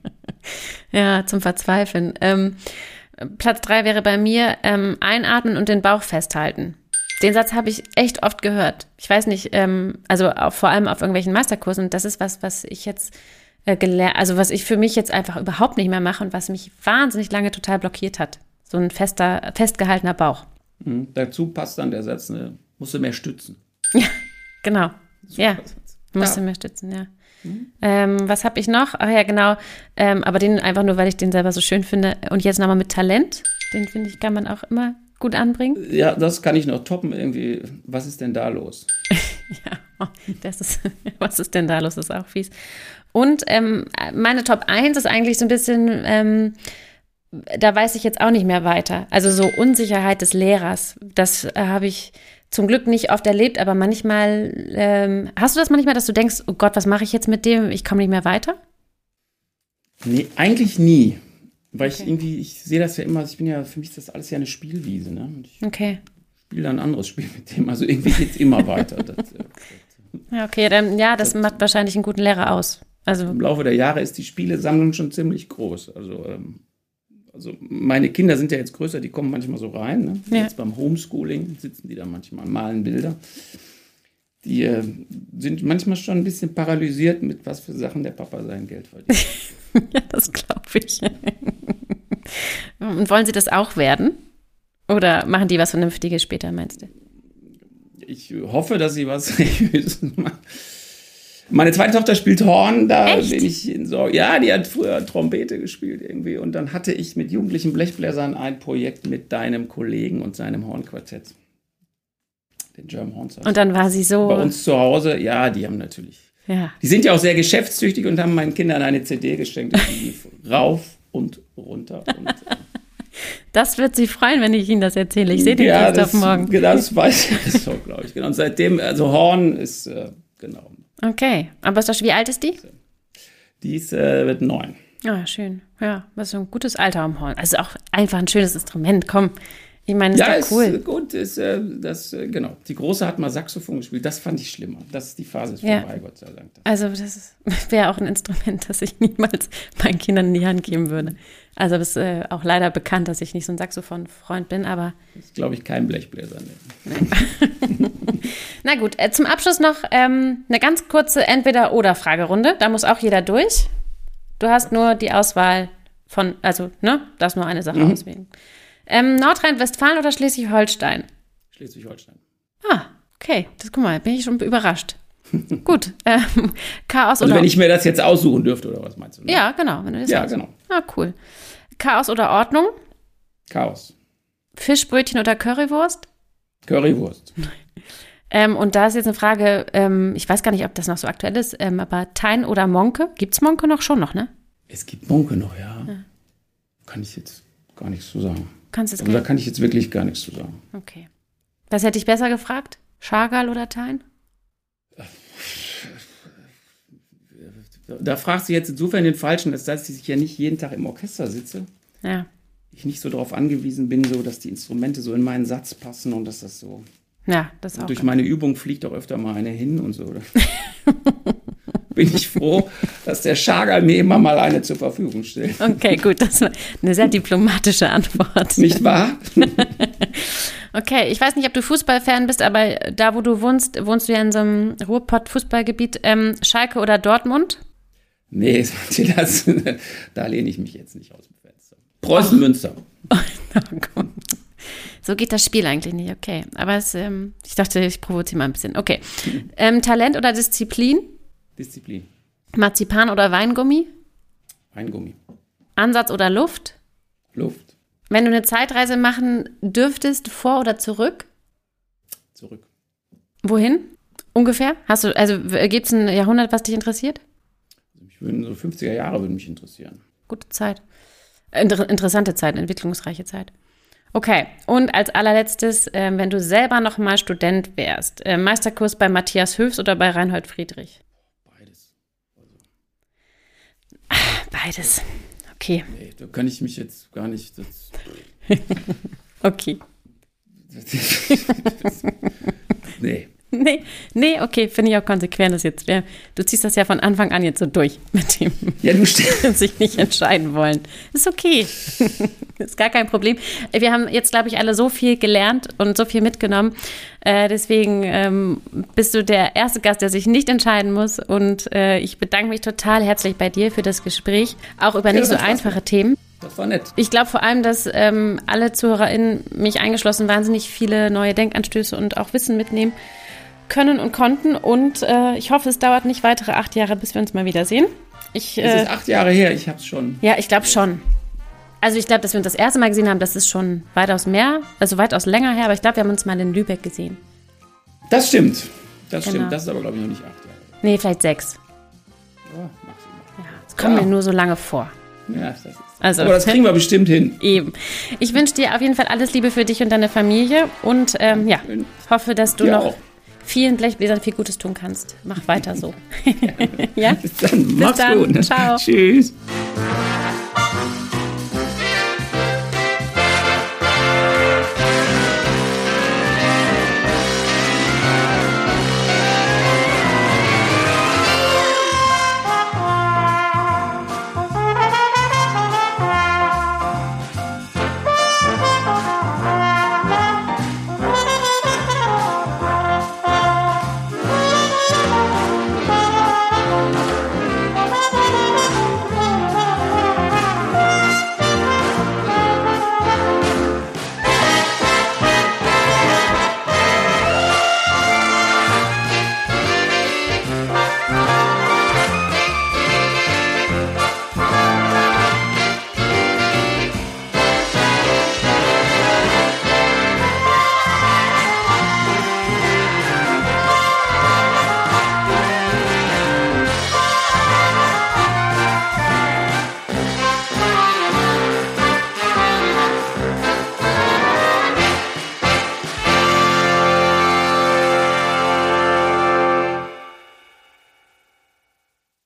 Ja, zum Verzweifeln. Ähm, Platz drei wäre bei mir ähm, einatmen und den Bauch festhalten. Den Satz habe ich echt oft gehört. Ich weiß nicht, ähm, also auch vor allem auf irgendwelchen Meisterkursen. Und das ist was, was ich jetzt gelernt, also was ich für mich jetzt einfach überhaupt nicht mehr mache und was mich wahnsinnig lange total blockiert hat. So ein fester, festgehaltener Bauch. Mhm. Dazu passt dann der Satz, ne, musst du mehr stützen. Ja, genau. Super ja, Satz. musst du mehr stützen, ja. Mhm. Ähm, was habe ich noch? Ach ja, genau. Ähm, aber den einfach nur, weil ich den selber so schön finde. Und jetzt nochmal mit Talent. Den finde ich, kann man auch immer gut anbringen. Ja, das kann ich noch toppen irgendwie. Was ist denn da los? Ja, das ist, was ist denn da los? Das ist auch fies. Und ähm, meine Top eins ist eigentlich so ein bisschen, ähm, da weiß ich jetzt auch nicht mehr weiter. Also so Unsicherheit des Lehrers, das äh, habe ich zum Glück nicht oft erlebt, aber manchmal, ähm, hast du das manchmal, dass du denkst, oh Gott, was mache ich jetzt mit dem? Ich komme nicht mehr weiter? Nee, eigentlich nie. Weil okay. ich irgendwie, ich sehe das ja immer, ich bin ja, für mich ist das alles ja eine Spielwiese, ne? Und ich okay. spiele dann ein anderes Spiel mit dem, also irgendwie geht es immer weiter. Das, äh, ja, okay, dann, ja, das, das macht wahrscheinlich einen guten Lehrer aus. Also im Laufe der Jahre ist die Spielesammlung schon ziemlich groß. Also, ähm, also meine Kinder sind ja jetzt größer, die kommen manchmal so rein. Ne? Ja. Jetzt beim Homeschooling sitzen die da manchmal, malen Bilder. Die äh, sind manchmal schon ein bisschen paralysiert, mit was für Sachen der Papa sein Geld verdient. Ja, das glaube ich. Und wollen sie das auch werden? Oder machen die was Vernünftiges später, meinst du? Ich hoffe, dass sie was Seriöses machen. Meine zweite Tochter spielt Horn, da Echt? bin ich in Sorge. Ja, die hat früher Trompete gespielt irgendwie. Und dann hatte ich mit jugendlichen Blechbläsern ein Projekt mit deinem Kollegen und seinem Hornquartett. Den German Horns. Und dann war sie so. Bei uns zu Hause, ja, die haben natürlich. Ja. Die sind ja auch sehr geschäftstüchtig und haben meinen Kindern eine C D geschenkt. Die lief rauf und runter. Und, äh, das wird sie freuen, wenn ich Ihnen das erzähle. Ich sehe den ja, Christoph das, morgen. Genau, das weiß ich so, glaube ich. Genau. Und seitdem, also Horn ist, äh, genau. Okay, aber ist das, wie alt ist die? Die ist, äh, wird neun. Ah, schön. Ja, das ist ein gutes Alter am Horn. Also auch einfach ein schönes Instrument. Komm, ich meine, ist ja, doch cool. Ist gut, ist äh, das, äh, genau. Die Große hat mal Saxophon gespielt. Das fand ich schlimmer. Das ist die Phase ist ja. vorbei, Gott sei Dank. Also das wäre auch ein Instrument, das ich niemals meinen Kindern in die Hand geben würde. Also es ist äh, auch leider bekannt, dass ich nicht so ein Saxophon-Freund bin, aber... Das ist, glaube ich, kein Blechbläser. Nee. Nee. Na gut, äh, zum Abschluss noch ähm, eine ganz kurze Entweder-Oder-Fragerunde. Da muss auch jeder durch. Du hast nur die Auswahl von, also, ne, darfst nur eine Sache mhm. auswählen. Ähm, Nordrhein-Westfalen oder Schleswig-Holstein? Schleswig-Holstein. Ah, okay. Das, guck mal, bin ich schon überrascht. Gut. Ähm, Chaos also oder... wenn ich mir das jetzt aussuchen dürfte, oder was meinst du? Ne? Ja, genau. Wenn du das ja, sagst. genau. Ah, cool. Chaos oder Ordnung? Chaos. Fischbrötchen oder Currywurst? Currywurst. Ähm, und da ist jetzt eine Frage, ähm, ich weiß gar nicht, ob das noch so aktuell ist, ähm, aber Tein oder Monke? Gibt's Monke noch schon noch, ne? Es gibt Monke noch, ja. ja. Kann ich jetzt gar nichts zu sagen. Kannst du es also, da kann ich jetzt wirklich gar nichts zu sagen. Okay. Was hätte ich besser gefragt? Schargal oder Tein? Da fragst du jetzt insofern den Falschen, dass ich ja nicht jeden Tag im Orchester sitze. Ja. Ich nicht so darauf angewiesen bin, so dass die Instrumente so in meinen Satz passen und dass das so... Ja, das auch. Durch meine Übung fliegt auch öfter mal eine hin und so. Bin ich froh, dass der Schargal mir immer mal eine zur Verfügung stellt. Okay, gut, das war eine sehr diplomatische Antwort. Nicht wahr? Okay, ich weiß nicht, ob du Fußballfan bist, aber da, wo du wohnst, wohnst du ja in so einem Ruhrpott-Fußballgebiet. Ähm, Schalke oder Dortmund? Nee, das, da lehne ich mich jetzt nicht aus dem Fenster. Preußen-Münster. Oh, so geht das Spiel eigentlich nicht, okay. Aber es, ähm, ich dachte, ich provoziere mal ein bisschen. Okay. Ähm, Talent oder Disziplin? Disziplin. Marzipan oder Weingummi? Weingummi. Ansatz oder Luft? Luft. Wenn du eine Zeitreise machen dürftest, vor oder zurück? Zurück. Wohin? Ungefähr? Hast du, also gibt es ein Jahrhundert, was dich interessiert? Ich würde, so fünfziger Jahre würden mich interessieren. Gute Zeit. Inter- interessante Zeit, entwicklungsreiche Zeit. Okay, und als allerletztes, äh, wenn du selber noch mal Student wärst, äh, Meisterkurs bei Matthias Höfs oder bei Reinhold Friedrich? Beides. Also. Ach, beides. Okay. Nee, da kann ich mich jetzt gar nicht... Das, okay. Das, nee. Nee, nee, okay, finde ich auch konsequent, das jetzt. Ja, du ziehst das ja von Anfang an jetzt so durch mit dem, ja, du sich nicht entscheiden wollen. Ist okay. Ist gar kein Problem. Wir haben jetzt, glaube ich, alle so viel gelernt und so viel mitgenommen. Äh, deswegen ähm, bist du der erste Gast, der sich nicht entscheiden muss. Und äh, ich bedanke mich total herzlich bei dir für das Gespräch, auch über nicht ja, so einfache Themen. Das war nett. Ich glaube vor allem, dass ähm, alle ZuhörerInnen, mich eingeschlossen, wahnsinnig viele neue Denkanstöße und auch Wissen mitnehmen können und konnten. Und äh, ich hoffe, es dauert nicht weitere acht Jahre, bis wir uns mal wiedersehen. Ich, äh, es ist acht Jahre her, ich habe es schon. Ja, ich glaube schon. Also ich glaube, dass wir uns das erste Mal gesehen haben, das ist schon weitaus mehr, also weitaus länger her. Aber ich glaube, wir haben uns mal in Lübeck gesehen. Das stimmt. Das genau. stimmt. Das ist aber, glaube ich, noch nicht acht Jahre. Nee, vielleicht sechs. Oh, maximal. Ja, das kommt ja. mir nur so lange vor. Ja, das ist. Also, aber das kriegen wir bestimmt hin. Eben. Ich wünsche dir auf jeden Fall alles Liebe für dich und deine Familie. Und ähm, ja, hoffe, dass du ja, noch... Auch. vielen Blechbläsern viel Gutes tun kannst. Mach weiter so. ja? Bis dann. Bis Mach's dann. gut. Ciao. Tschüss.